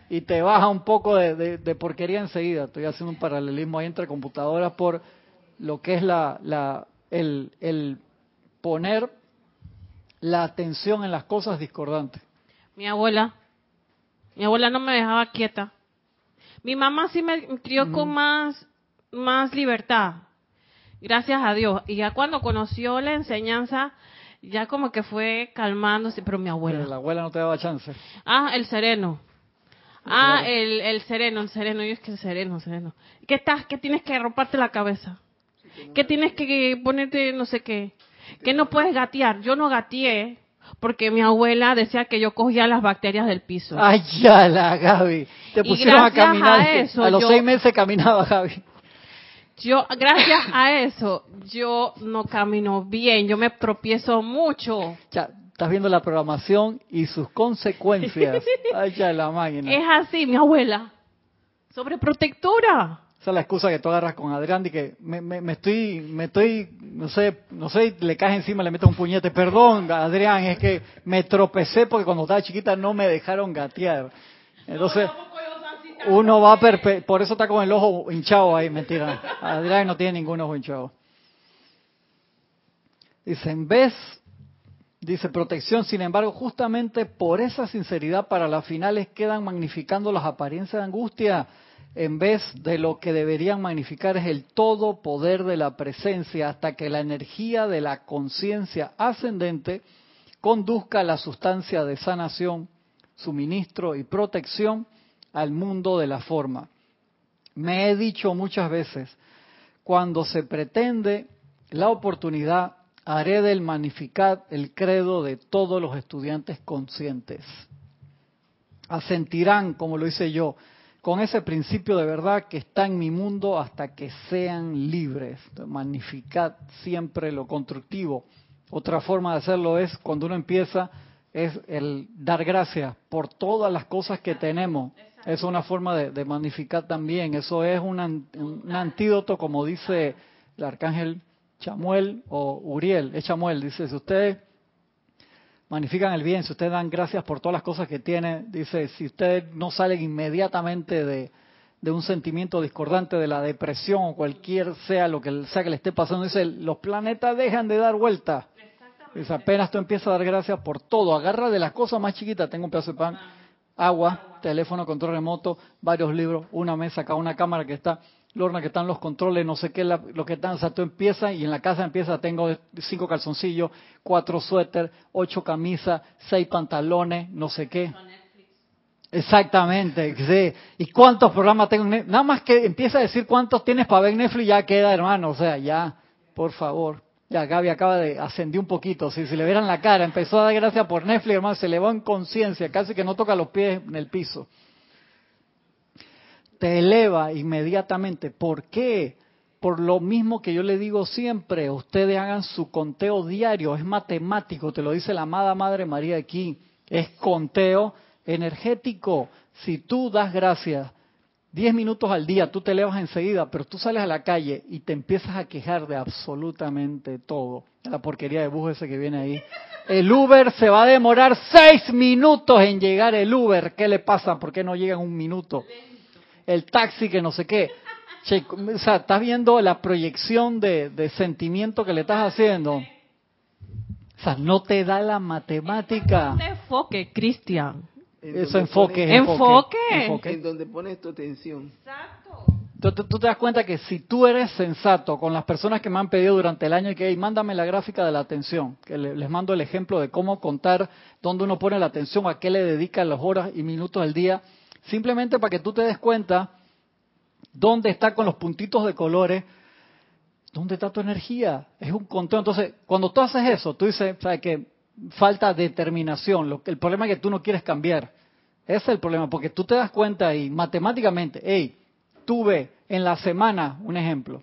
y te baja un poco de porquería enseguida. Estoy haciendo un paralelismo ahí entre computadoras por lo que es el poner la atención en las cosas discordantes. Mi abuela no me dejaba quieta. Mi mamá sí me crió con más libertad, gracias a Dios. Y ya cuando conoció la enseñanza, ya como que fue calmándose, pero mi abuela. Pero la abuela no te daba chance. El sereno. Claro. El sereno. Yo es que el sereno. ¿Qué tienes que romperte la cabeza? ¿Qué tienes que ponerte no sé qué? ¿Qué no puedes gatear? Yo no gateé porque mi abuela decía que yo cogía las bacterias del piso. Ay, ya la Gaby. Te pusieron a caminar. A los 6 meses caminaba, Gaby. Gracias a eso, yo no camino bien, yo me tropiezo mucho. Ya, estás viendo la programación y sus consecuencias. Ay, ya la máquina. Es así, mi abuela. Sobreprotectora. Esa es la excusa que tú agarras con Adrián de que me estoy, no sé, le caes encima, le metes un puñete. Perdón, Adrián, es que me tropecé porque cuando estaba chiquita no me dejaron gatear. Entonces, uno va por eso está con el ojo hinchado ahí, mentira. Adrián no tiene ningún ojo hinchado. Dice protección, sin embargo, justamente por esa sinceridad para las finales quedan magnificando las apariencias de angustia, en vez de lo que deberían magnificar es el todo poder de la presencia, hasta que la energía de la conciencia ascendente conduzca la sustancia de sanación, suministro y protección al mundo de la forma. Me he dicho muchas veces, cuando se pretende la oportunidad, haré del Magnificat el credo de todos los estudiantes conscientes. Asentirán, como lo hice yo, con ese principio de verdad que está en mi mundo hasta que sean libres. Magnificat siempre lo constructivo. Otra forma de hacerlo es, cuando uno empieza, es el dar gracias por todas las cosas que tenemos. Es una forma de magnificar también. Eso es un antídoto, como dice el arcángel Chamuel o Uriel. Es Chamuel, dice, si ustedes magnifican el bien, si ustedes dan gracias por todas las cosas que tienen, dice, si ustedes no salen inmediatamente de un sentimiento discordante, de la depresión o cualquier sea lo que sea que le esté pasando, dice, los planetas dejan de dar vueltas. Dice, apenas tú empiezas a dar gracias por todo, agarra de las cosas más chiquitas, tengo un pedazo de pan, agua, teléfono, control remoto, varios libros, una mesa acá, una cámara que está, Lorna, que están los controles, no sé qué, lo que están, o sea, tú empiezas y en la casa empieza, tengo 5 calzoncillos, 4 suéter, 8 camisas, 6 pantalones, no sé qué. Exactamente, sí. ¿Y cuántos programas tengo? Nada más que empieza a decir cuántos tienes para ver Netflix, ya queda, hermano, o sea, ya, por favor. Ya Gaby acaba de ascendir un poquito, si le vieran la cara, empezó a dar gracias por Netflix, hermano, se elevó en conciencia, casi que no toca los pies en el piso. Te eleva inmediatamente. ¿Por qué? Por lo mismo que yo le digo siempre, ustedes hagan su conteo diario, es matemático, te lo dice la amada Madre María aquí, es conteo energético. Si tú das gracias 10 minutos al día, tú te elevas enseguida, pero tú sales a la calle y te empiezas a quejar de absolutamente todo. La porquería de bus ese que viene ahí. El Uber se va a demorar 6 minutos en llegar el Uber. ¿Qué le pasa? ¿Por qué no llega en 1 minuto? El taxi que no sé qué. Che, o sea, estás viendo la proyección de sentimiento que le estás haciendo. O sea, no te da la matemática. Un enfoque, Cristian. Eso enfoque. En donde pones tu atención. Exacto. Tú te das cuenta que si tú eres sensato con las personas que me han pedido durante el año que hey, mándame la gráfica de la atención, que les mando el ejemplo de cómo contar dónde uno pone la atención, a qué le dedica las horas y minutos al día, simplemente para que tú te des cuenta dónde está con los puntitos de colores, dónde está tu energía. Es un conteo. Entonces, cuando tú haces eso, tú dices, ¿sabes qué? Falta determinación. El problema es que tú no quieres cambiar. Ese es el problema, porque tú te das cuenta y matemáticamente, hey, tuve en la semana, un ejemplo,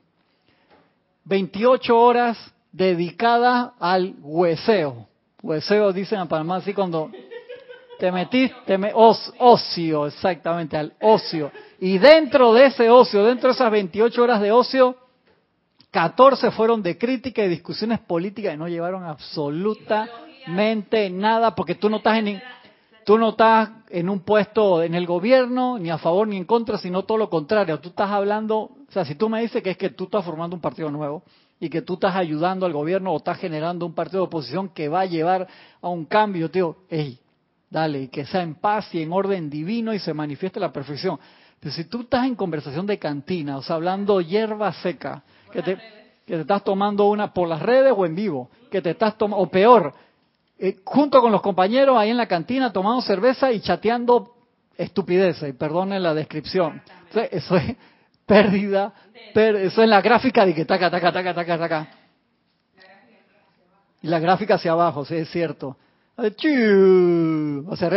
28 horas dedicadas al hueseo. Hueseo dicen en Panamá así cuando te metiste, ocio, exactamente, al ocio. Y dentro de ese ocio, dentro de esas 28 horas de ocio, 14 fueron de crítica y discusiones políticas y no llevaron absolutamente nada, porque tú no estás Tú no estás en un puesto en el gobierno, ni a favor ni en contra, sino todo lo contrario. Tú estás hablando, o sea, si tú me dices que es que tú estás formando un partido nuevo y que tú estás ayudando al gobierno o estás generando un partido de oposición que va a llevar a un cambio, yo te digo, hey, dale, y que sea en paz y en orden divino y se manifieste la perfección. Pero si tú estás en conversación de cantina, o sea, hablando hierba seca, que te estás tomando una por las redes o en vivo, que te estás tomando, o peor, junto con los compañeros ahí en la cantina tomando cerveza y chateando estupideces, perdonen la descripción. Entonces, eso es pérdida, eso es la gráfica de que taca, taca, taca, taca, taca. Y la gráfica hacia abajo, sí, es cierto. O sea,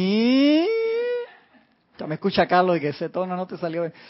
me escucha Carlos y que ese tono no te salió bien.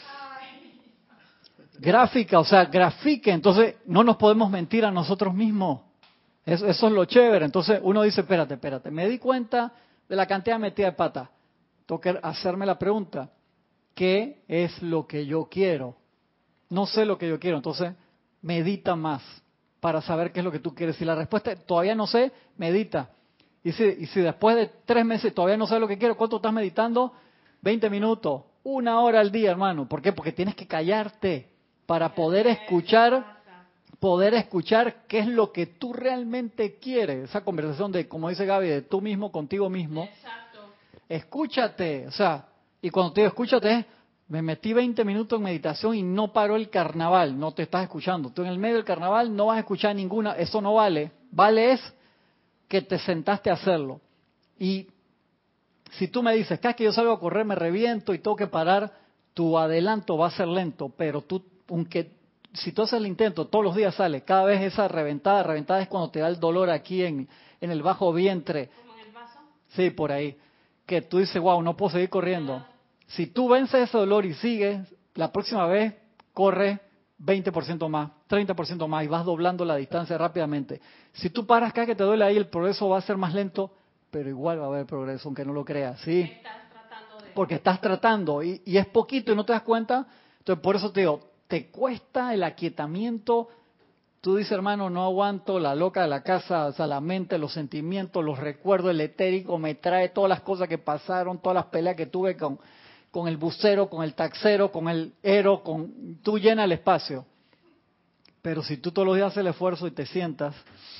Gráfica, o sea, grafique, entonces no nos podemos mentir a nosotros mismos. Eso es lo chévere. Entonces uno dice, espérate, me di cuenta de la cantidad de metida de pata. Tengo que hacerme la pregunta, ¿qué es lo que yo quiero? No sé lo que yo quiero, entonces medita más para saber qué es lo que tú quieres. Si la respuesta es todavía no sé, medita. Y si después de 3 meses todavía no sabes lo que quiero, ¿cuánto estás meditando? 20 minutos, 1 hora al día, hermano. ¿Por qué? Porque tienes que callarte para poder escuchar qué es lo que tú realmente quieres. Esa conversación de, como dice Gaby, de tú mismo contigo mismo. Exacto. Escúchate, o sea, y cuando te digo escúchate, me metí 20 minutos en meditación y no paró el carnaval, no te estás escuchando. Tú en el medio del carnaval no vas a escuchar ninguna, eso no vale. Vale es que te sentaste a hacerlo. Y si tú me dices, que yo salgo a correr, me reviento y tengo que parar, tu adelanto va a ser lento, pero tú, aunque si tú haces el intento, todos los días sale, cada vez esa reventada es cuando te da el dolor aquí en el bajo vientre. ¿Como en el vaso? Sí, por ahí. Que tú dices, wow, no puedo seguir corriendo. Si tú vences ese dolor y sigues, la próxima vez corre 20% más, 30% más y vas doblando la distancia rápidamente. Si tú paras acá que te duele ahí, el progreso va a ser más lento, pero igual va a haber progreso, aunque no lo creas, ¿sí? Porque estás tratando y es poquito y no te das cuenta. Entonces, por eso te digo, te cuesta el aquietamiento. Tú dices, hermano, no aguanto la loca de la casa, o sea, la mente, los sentimientos, los recuerdos, el etérico me trae todas las cosas que pasaron, todas las peleas que tuve con el bucero, con el taxero, con el ero, tú llena el espacio. Pero si tú todos los días haces el esfuerzo y te sientas,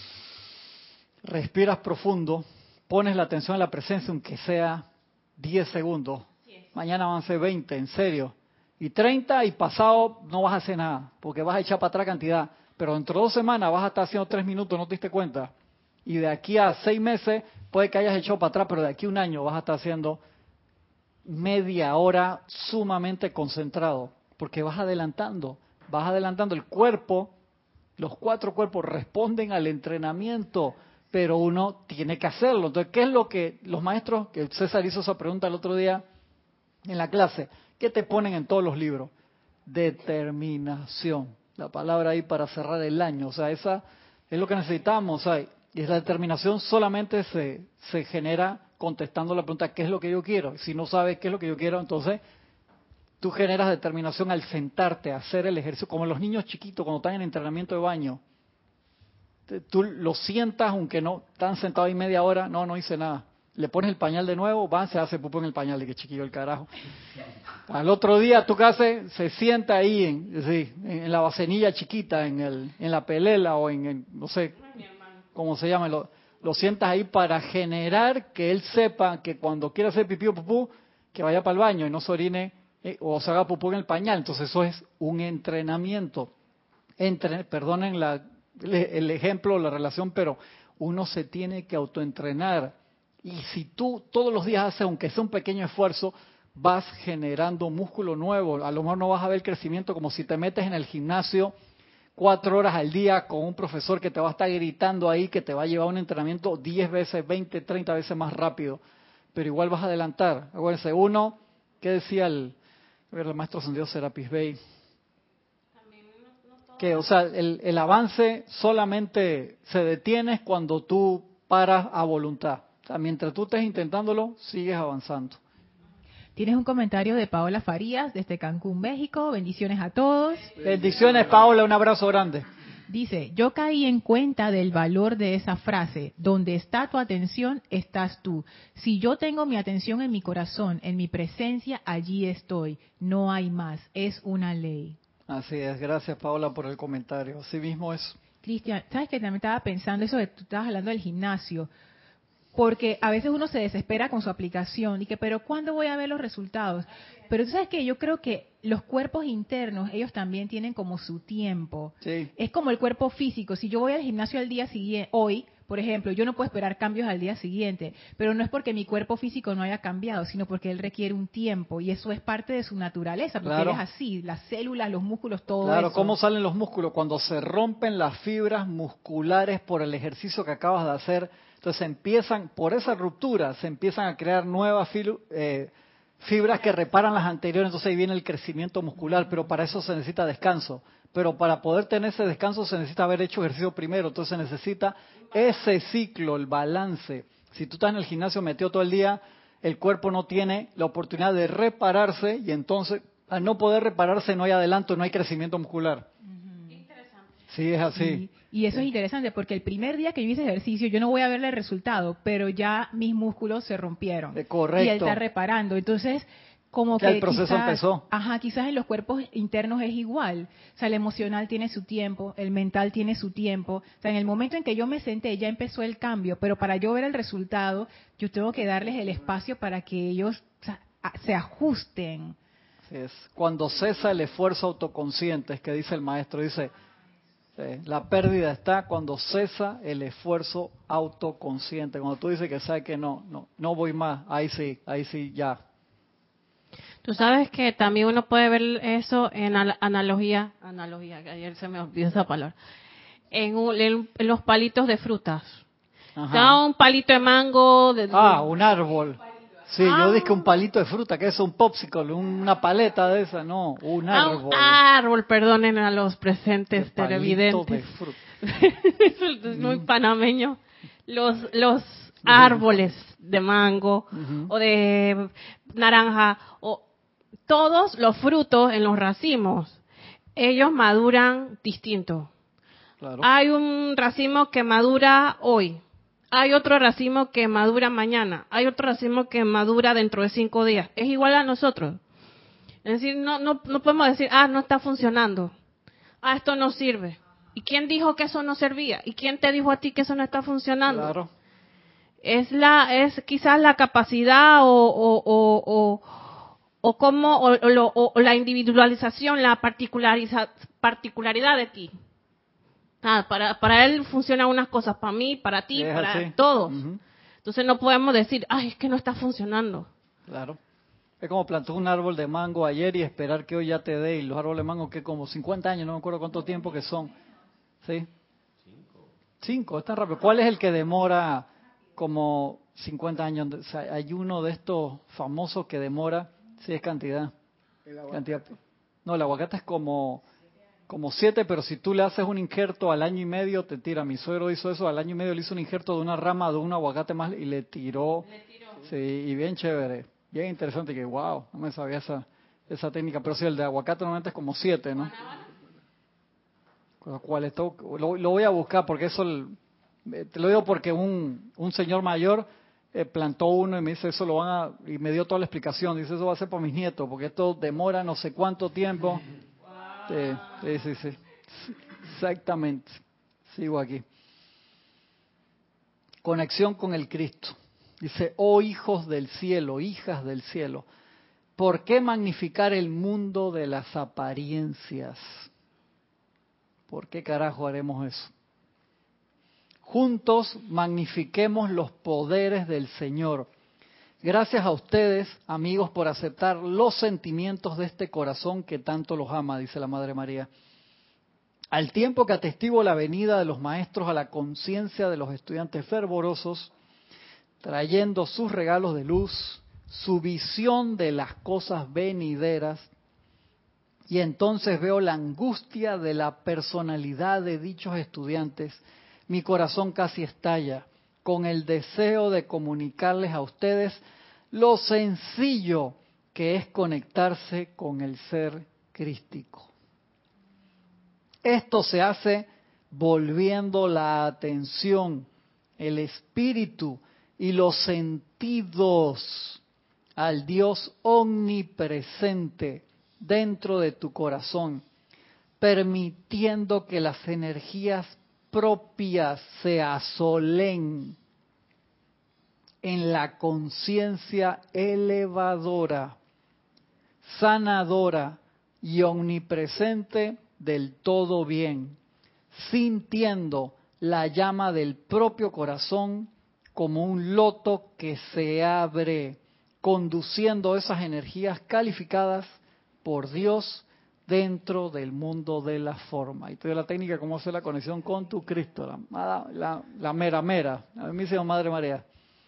respiras profundo, pones la atención en la presencia, aunque sea 10 segundos, mañana van a ser 20, en serio, y 30 y pasado no vas a hacer nada, porque vas a echar para atrás cantidad. Pero dentro de 2 semanas vas a estar haciendo 3 minutos, no te diste cuenta. Y de aquí a 6 meses puede que hayas echado para atrás, pero de aquí a 1 año vas a estar haciendo media hora sumamente concentrado, porque vas adelantando el cuerpo, los 4 cuerpos responden al entrenamiento, pero uno tiene que hacerlo. Entonces, ¿qué es lo que los maestros, que César hizo esa pregunta el otro día en la clase, qué te ponen en todos los libros? Determinación. La palabra ahí para cerrar el año, o sea, esa es lo que necesitamos, o sea, y la determinación solamente se genera contestando la pregunta, ¿qué es lo que yo quiero? Si no sabes qué es lo que yo quiero, entonces tú generas determinación al sentarte a hacer el ejercicio, como los niños chiquitos cuando están en entrenamiento de baño. Tú lo sientas, aunque no están sentados ahí media hora, no hice nada. Le pones el pañal de nuevo, se hace pupú en el pañal, y que chiquillo el carajo. Al otro día, ¿tú qué haces? Se sienta ahí en la bacenilla chiquita, en la pelela o no sé cómo se llama, lo sientas ahí para generar que él sepa que cuando quiera hacer pipí o pupú, que vaya para el baño y no se orine o se haga pupú en el pañal. Entonces eso es un entrenamiento. Perdonen el ejemplo, la relación, pero uno se tiene que autoentrenar. Y si tú todos los días haces, aunque sea un pequeño esfuerzo, vas generando músculo nuevo. A lo mejor no vas a ver crecimiento como si te metes en el gimnasio 4 horas al día con un profesor que te va a estar gritando ahí, que te va a llevar un entrenamiento 10 veces, 20, 30 veces más rápido. Pero igual vas a adelantar. Acuérdense, ¿qué decía el maestro Ascendido Serapis Bey? Que, o sea, el avance solamente se detiene cuando tú paras a voluntad. O sea, mientras tú estés intentándolo, sigues avanzando. Tienes un comentario de Paola Farías desde Cancún, México. Bendiciones a todos. Bendiciones, Paola, un abrazo grande. Dice, yo caí en cuenta del valor de esa frase, donde está tu atención, estás tú. Si yo tengo mi atención en mi corazón, en mi presencia, allí estoy. No hay más, es una ley. Así es, gracias Paola por el comentario. Así mismo es. Cristian, ¿sabes que también estaba pensando eso de tú estabas hablando del gimnasio? Porque a veces uno se desespera con su aplicación y que, pero ¿cuándo voy a ver los resultados? Pero tú sabes que yo creo que los cuerpos internos, ellos también tienen como su tiempo. Sí. Es como el cuerpo físico. Si yo voy al gimnasio al día siguiente, hoy, por ejemplo, yo no puedo esperar cambios al día siguiente, pero no es porque mi cuerpo físico no haya cambiado, sino porque él requiere un tiempo y eso es parte de su naturaleza, porque él es así, las células, los músculos, todo eso. Claro, ¿cómo salen los músculos? Cuando se rompen las fibras musculares por el ejercicio que acabas de hacer, entonces empiezan, por esa ruptura, se empiezan a crear nuevas fibras que reparan las anteriores, entonces ahí viene el crecimiento muscular, pero para eso se necesita descanso. Pero para poder tener ese descanso se necesita haber hecho ejercicio primero, entonces se necesita ese ciclo, el balance. Si tú estás en el gimnasio metido todo el día, el cuerpo no tiene la oportunidad de repararse y entonces al no poder repararse no hay adelanto, no hay crecimiento muscular. Sí, es así. Sí. Y eso es interesante porque el primer día que yo hice ejercicio yo no voy a verle el resultado, pero ya mis músculos se rompieron. Correcto. Y él está reparando. Entonces, como ya que el proceso quizás, empezó. Quizás en los cuerpos internos es igual. O sea, el emocional tiene su tiempo, el mental tiene su tiempo. O sea, en el momento en que yo me senté ya empezó el cambio, pero para yo ver el resultado, yo tengo que darles el espacio para que ellos se ajusten. Así es. Cuando cesa el esfuerzo autoconsciente, es que dice el maestro, dice, la pérdida está cuando cesa el esfuerzo autoconsciente. Cuando tú dices que sabes que no voy más, ahí sí, ya. Tú sabes que también uno puede ver eso en analogía, que ayer se me olvidó esa palabra, en los palitos de frutas. Da un palito de mango. Un árbol. Sí, yo dije un palito de fruta, que es un popsicle, una paleta de esa, no, un árbol. Un árbol, perdonen a los presentes televidentes. Es muy panameño. Los árboles de mango o de naranja o todos los frutos en los racimos, ellos maduran distinto. Claro. Hay un racimo que madura hoy. Hay otro racimo que madura mañana. Hay otro racimo que madura dentro de 5 días. Es igual a nosotros. Es decir, no podemos decir, no está funcionando. Esto no sirve. ¿Y quién dijo que eso no servía? ¿Y quién te dijo a ti que eso no está funcionando? Claro. Es quizás la capacidad o la individualización, la particularidad de ti. Para él funcionan unas cosas, para mí, para ti, para todos. Entonces no podemos decir, es que no está funcionando. Claro. Es como plantar un árbol de mango ayer y esperar que hoy ya te dé. Y los árboles de mango que como 50 años, no me acuerdo cuánto tiempo que son. ¿Sí? 5, es tan rápido. ¿Cuál es el que demora como 50 años? O sea, hay uno de estos famosos que demora, sí es cantidad. No, el aguacate es como 7, pero si tú le haces un injerto al año y medio, te tira. Mi suegro hizo eso, al año y medio le hizo un injerto de una rama de un aguacate más y le tiró. Sí, y bien chévere, bien interesante, que wow, no me sabía esa técnica, pero sí, el de aguacate normalmente es como 7, ¿no? Lo voy a buscar porque eso, te lo digo porque un señor mayor plantó uno y me dice, eso lo y me dio toda la explicación, dice, eso va a ser para mis nietos, porque esto demora no sé cuánto tiempo. Sí. Exactamente. Sigo aquí. Conexión con el Cristo. Dice, oh hijos del cielo, hijas del cielo, ¿por qué magnificar el mundo de las apariencias? ¿Por qué carajo haremos eso? Juntos magnifiquemos los poderes del Señor. Gracias a ustedes, amigos, por aceptar los sentimientos de este corazón que tanto los ama, dice la Madre María. Al tiempo que atestigo la venida de los maestros a la conciencia de los estudiantes fervorosos, trayendo sus regalos de luz, su visión de las cosas venideras, y entonces veo la angustia de la personalidad de dichos estudiantes, mi corazón casi estalla con el deseo de comunicarles a ustedes lo sencillo que es conectarse con el ser crístico. Esto se hace volviendo la atención, el espíritu y los sentidos al Dios omnipresente dentro de tu corazón, permitiendo que las energías propias se asolen en la conciencia elevadora, sanadora y omnipresente del todo bien, sintiendo la llama del propio corazón como un loto que se abre, conduciendo esas energías calificadas por Dios dentro del mundo de la forma. Y te doy la técnica cómo hacer la conexión con tu Cristo, la mera mera. A mí me dice Madre María.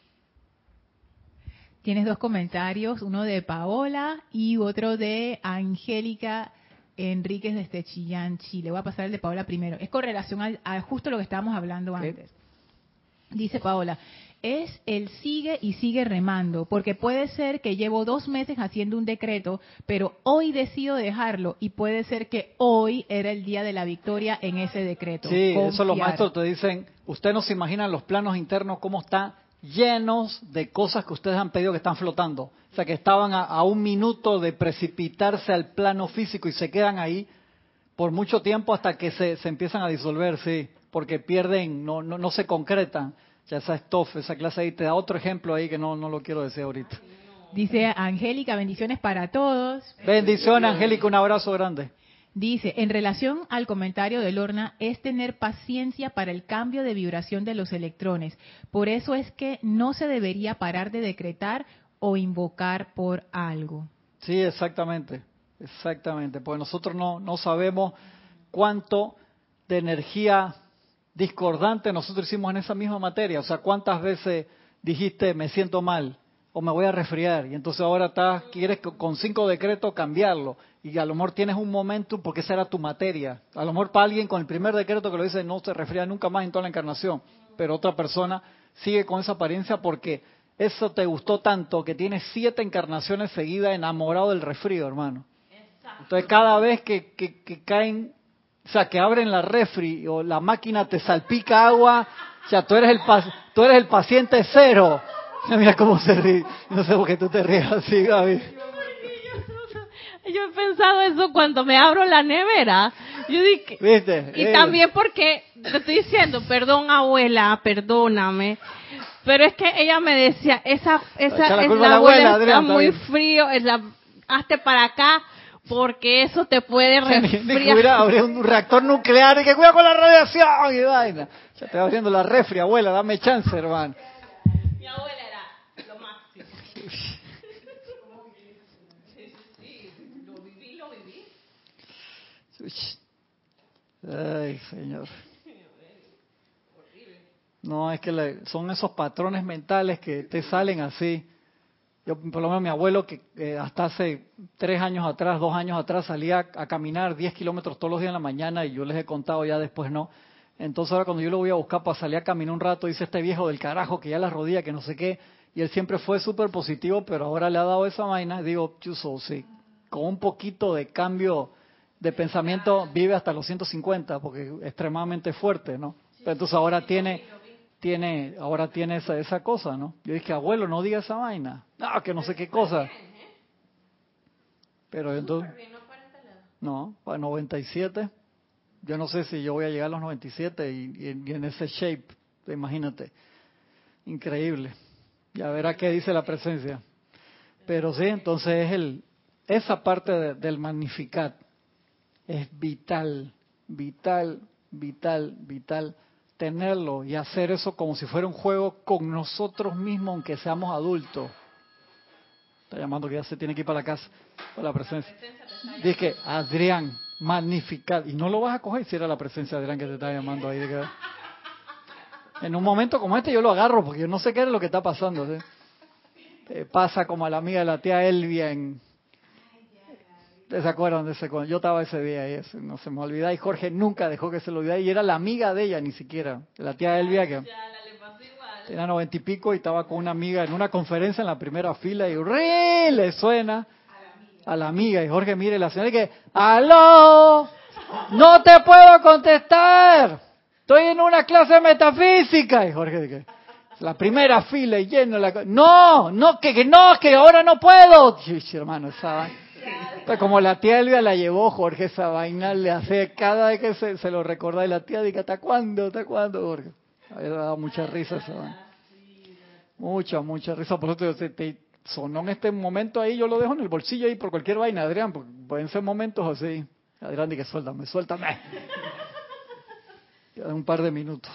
Tienes dos comentarios, uno de Paola y otro de Angélica Enríquez desde Chillán, Chile. Voy a pasar el de Paola primero. Es con relación a justo lo que estábamos hablando antes. Dice Paola, es el sigue y sigue remando, porque puede ser que llevo 2 meses haciendo un decreto, pero hoy decido dejarlo y puede ser que hoy era el día de la victoria en ese decreto. Sí, confiar. Eso los maestros te dicen, usted no se imagina los planos internos cómo están llenos de cosas que ustedes han pedido que están flotando. O sea, que estaban a 1 minuto de precipitarse al plano físico y se quedan ahí por mucho tiempo hasta que se empiezan a disolver, sí, porque pierden, no se concretan. Ya esa estofa, esa clase ahí, te da otro ejemplo ahí que no lo quiero decir ahorita. Dice Angélica, bendiciones para todos. Bendiciones, Angélica, un abrazo grande. Dice, en relación al comentario de Lorna, es tener paciencia para el cambio de vibración de los electrones. Por eso es que no se debería parar de decretar o invocar por algo. Sí, exactamente, porque nosotros no sabemos cuánto de energía discordante nosotros hicimos en esa misma materia. O sea, cuántas veces dijiste me siento mal o me voy a resfriar y entonces ahora quieres con 5 decretos cambiarlo y a lo mejor tienes un momento porque esa era tu materia. A lo mejor para alguien con el primer decreto que lo dice no se resfría nunca más en toda la encarnación, pero otra persona sigue con esa apariencia porque eso te gustó tanto que tienes 7 encarnaciones seguidas enamorado del resfrío, hermano. Entonces cada vez que caen, o sea, que abren la refri o la máquina te salpica agua, o sea, tú eres el paciente cero. Mira cómo se ríe. No sé por qué tú te ríes así, Gaby. Yo he pensado eso cuando me abro la nevera. Yo dije, ¿viste? Y también porque te estoy diciendo, perdón abuela, perdóname. Pero es que ella me decía, esa la abuela está muy frío, hazte para acá. Porque eso te puede resfriar. Habría un reactor nuclear y que cuida con la radiación y vaina. Ya te va abriendo la refri, abuela, dame chance, hermano. Mi abuela era lo máximo. Sí, lo viví. Ay, señor. No, es que son esos patrones mentales que te salen así. Yo, por lo menos mi abuelo, que hasta hace 3 años atrás, 2 años atrás, salía a caminar 10 kilómetros todos los días en la mañana y yo les he contado ya después no. Entonces ahora cuando yo lo voy a buscar para salir a caminar un rato, dice este viejo del carajo que ya las rodillas, que no sé qué, y él siempre fue súper positivo, pero ahora le ha dado esa vaina, y digo, chuso, sí, con un poquito de cambio de pensamiento vive hasta los 150, porque es extremadamente fuerte, ¿no? Pero entonces ahora tiene esa cosa, ¿no? Yo dije, abuelo, no diga esa vaina. No, que no sé qué cosa. Pero entonces, no, para 97, yo no sé si yo voy a llegar a los 97 y en ese shape, imagínate. Increíble. Ya verá qué dice la presencia. Pero sí, entonces esa parte del Magnificat es vital tenerlo y hacer eso como si fuera un juego con nosotros mismos, aunque seamos adultos. Está llamando que ya se tiene que ir para la casa, para la presencia. Dije, Adrián, Magnificat. Y no lo vas a coger si era la presencia de Adrián que te está llamando ahí. En un momento como este yo lo agarro porque yo no sé qué es lo que está pasando. ¿Sí? Pasa como a la amiga de la tía Elvia ¿Se acuerdan de ese? Yo estaba ese día y no se me olvida y Jorge nunca dejó que se lo olvidara y era la amiga de ella ni siquiera, la tía Elvia que tenía 90 y pico y estaba con una amiga en una conferencia en la primera fila y le suena a la amiga y Jorge mire la señora y que ¡aló! ¡No te puedo contestar! estoy en una clase de metafísica. Y Jorge dice, la primera fila y lleno la... No, que ahora no puedo. Hermano, esa vaina. Pues como la tía Elvia la llevó, Jorge, esa vaina le hace cada vez que se lo recuerda, y la tía dice, ¿hasta cuándo, Jorge? A mí me ha dado mucha risa esa vaina. Mucha risa. Por eso te sonó en este momento ahí, yo lo dejo en el bolsillo ahí por cualquier vaina, Adrián, porque pueden ser momentos así. Adrián dice, suéltame. Quedan un par de minutos.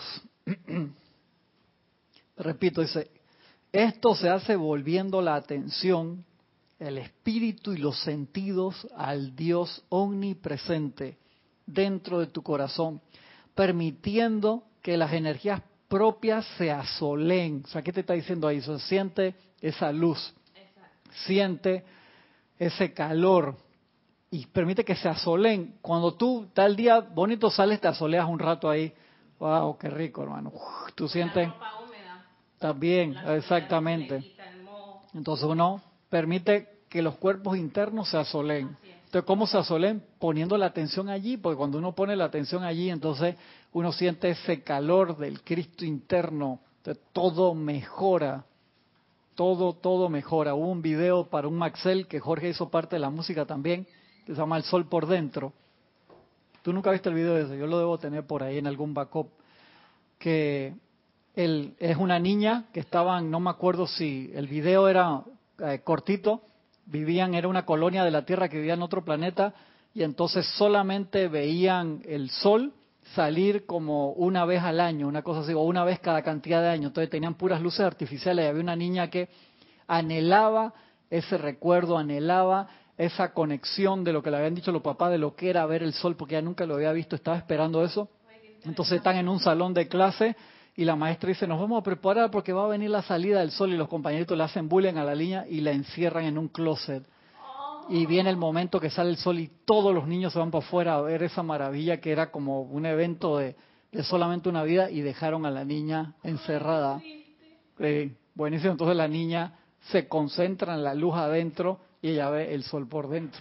Repito, dice, esto se hace volviendo la atención, el espíritu y los sentidos al Dios omnipresente dentro de tu corazón, permitiendo que las energías propias se asolen. O sea, ¿qué te está diciendo ahí? O sea, siente esa luz, siente ese calor y permite que se asolen. Cuando tú tal día bonito sales, te asoleas un rato ahí. Wow, qué rico, hermano. Tú sientes también, exactamente. Entonces uno permite que los cuerpos internos se asolen. Entonces, ¿cómo se asolen? Poniendo la atención allí, porque cuando uno pone la atención allí, entonces uno siente ese calor del Cristo interno. Entonces, todo mejora. Todo mejora. Hubo un video para un Maxell que Jorge hizo parte de la música también, que se llama El Sol por Dentro. Tú nunca viste el video de ese, yo lo debo tener por ahí en algún backup. Que es una niña que estaban, no me acuerdo si el video era cortito, era una colonia de la Tierra que vivía en otro planeta, y entonces solamente veían el sol salir como una vez al año, una cosa así, o una vez cada cantidad de años. Entonces tenían puras luces artificiales y había una niña que anhelaba ese recuerdo, anhelaba esa conexión de lo que le habían dicho los papás de lo que era ver el sol, porque ella nunca lo había visto, estaba esperando eso. Entonces están en un salón de clase y la maestra dice, nos vamos a preparar porque va a venir la salida del sol, y los compañeritos le hacen bullying a la niña y la encierran en un closet. Y viene el momento que sale el sol y todos los niños se van para afuera a ver esa maravilla que era como un evento de solamente una vida, y dejaron a la niña encerrada. Buenísimo, entonces la niña se concentra en la luz adentro y ella ve el sol por dentro.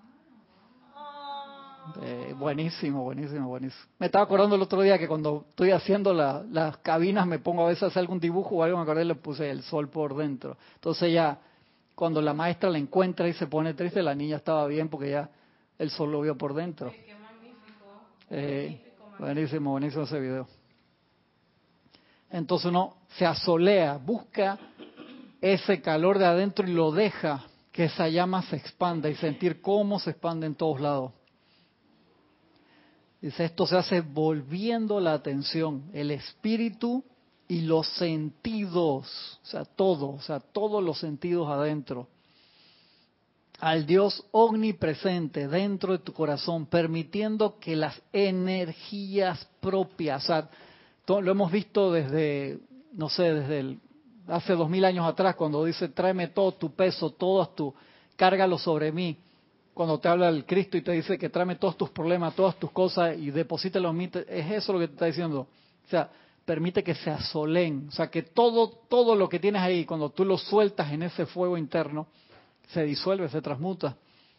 Buenísimo. Me estaba acordando el otro día que cuando estoy haciendo las cabinas me pongo a veces a hacer algún dibujo o algo, me acordé, le puse el sol por dentro. Entonces ya, cuando la maestra la encuentra y se pone triste, la niña estaba bien porque ya el sol lo vio por dentro. Qué magnífico. Buenísimo ese video. Entonces uno se asolea, busca ese calor de adentro y lo deja que esa llama se expanda y sentir cómo se expande en todos lados. Dice, esto se hace volviendo la atención, el espíritu y los sentidos, o sea, todos los sentidos adentro, al Dios omnipresente dentro de tu corazón, permitiendo que las energías propias, o sea, lo hemos visto desde hace 2000 años atrás, cuando dice, tráeme todo tu peso, cárgalo sobre mí. Cuando te habla el Cristo y te dice que tráeme todos tus problemas, todas tus cosas y deposítalos en mí, es eso lo que te está diciendo. O sea, permite que se asolen, o sea, que todo lo que tienes ahí, cuando tú lo sueltas en ese fuego interno, se disuelve, se transmuta.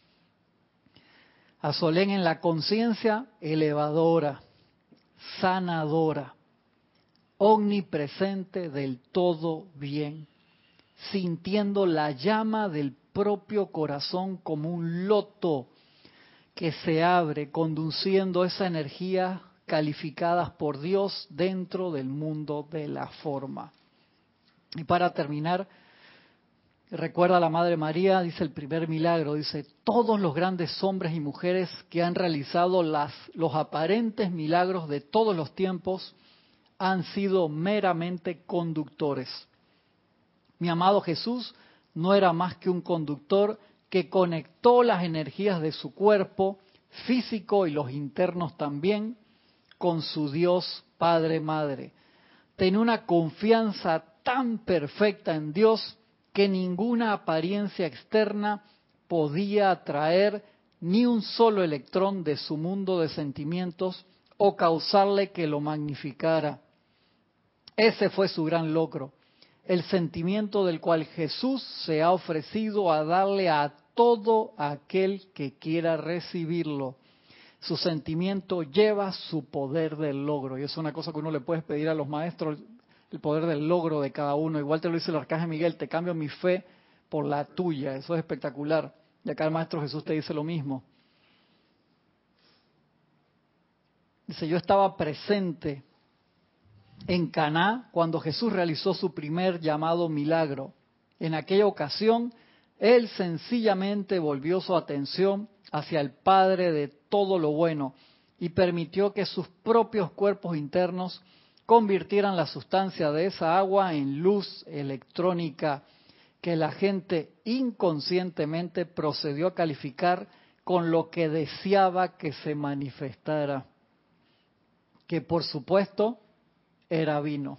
Asolen en la conciencia elevadora, sanadora, omnipresente del todo bien, sintiendo la llama del propio corazón como un loto que se abre, conduciendo esa energía calificadas por Dios dentro del mundo de la forma. Y para terminar, recuerda a la Madre María, dice el primer milagro, dice, todos los grandes hombres y mujeres que han realizado los aparentes milagros de todos los tiempos han sido meramente conductores. Mi amado Jesús no era más que un conductor que conectó las energías de su cuerpo físico y los internos también con su Dios Padre Madre. Tenía una confianza tan perfecta en Dios que ninguna apariencia externa podía atraer ni un solo electrón de su mundo de sentimientos o causarle que lo magnificara. Ese fue su gran logro, el sentimiento del cual Jesús se ha ofrecido a darle a todo aquel que quiera recibirlo. Su sentimiento lleva su poder del logro. Y es una cosa que uno le puede pedir a los maestros, el poder del logro de cada uno. Igual te lo dice el Arcángel Miguel, te cambio mi fe por la tuya. Eso es espectacular. Y acá el Maestro Jesús te dice lo mismo. Dice, yo estaba presente en Caná cuando Jesús realizó su primer llamado milagro. En aquella ocasión, él sencillamente volvió su atención hacia el Padre de todo lo bueno y permitió que sus propios cuerpos internos convirtieran la sustancia de esa agua en luz electrónica que la gente inconscientemente procedió a calificar con lo que deseaba que se manifestara, que por supuesto era vino.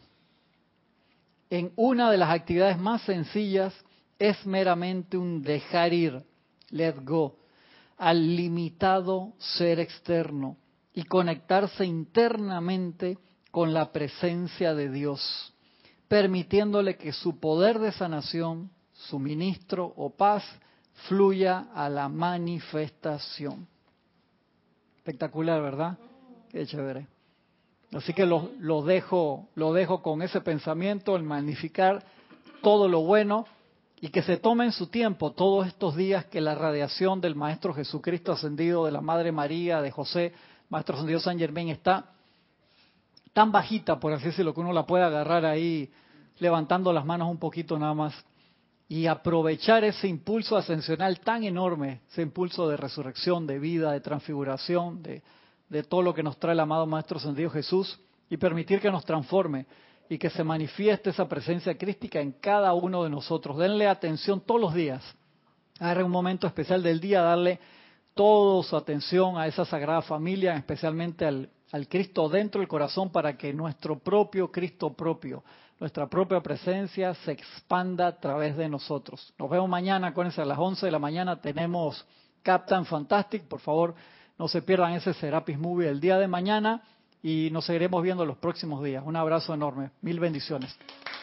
En una de las actividades más sencillas es meramente un dejar ir, let go, al limitado ser externo y conectarse internamente con la presencia de Dios, permitiéndole que su poder de sanación, suministro o paz fluya a la manifestación. Espectacular, ¿verdad? Qué chévere. Así que lo dejo con ese pensamiento, el magnificar todo lo bueno y que se tomen su tiempo todos estos días que la radiación del Maestro Jesucristo ascendido, de la Madre María, de José, Maestro ascendido San Germain, está tan bajita, por así decirlo, que uno la puede agarrar ahí levantando las manos un poquito nada más y aprovechar ese impulso ascensional tan enorme, ese impulso de resurrección, de vida, de transfiguración, de todo lo que nos trae el amado Maestro Ascendido Jesús y permitir que nos transforme y que se manifieste esa presencia crística en cada uno de nosotros. Denle atención todos los días. Agarre un momento especial del día, darle toda su atención a esa Sagrada Familia, especialmente al Cristo dentro del corazón, para que nuestro propio Cristo propio, nuestra propia presencia se expanda a través de nosotros. Nos vemos mañana, acuérdense, a las 11 de la mañana tenemos Captain Fantastic. Por favor, no se pierdan ese Serapis Movie el día de mañana y nos seguiremos viendo los próximos días. Un abrazo enorme. Mil bendiciones.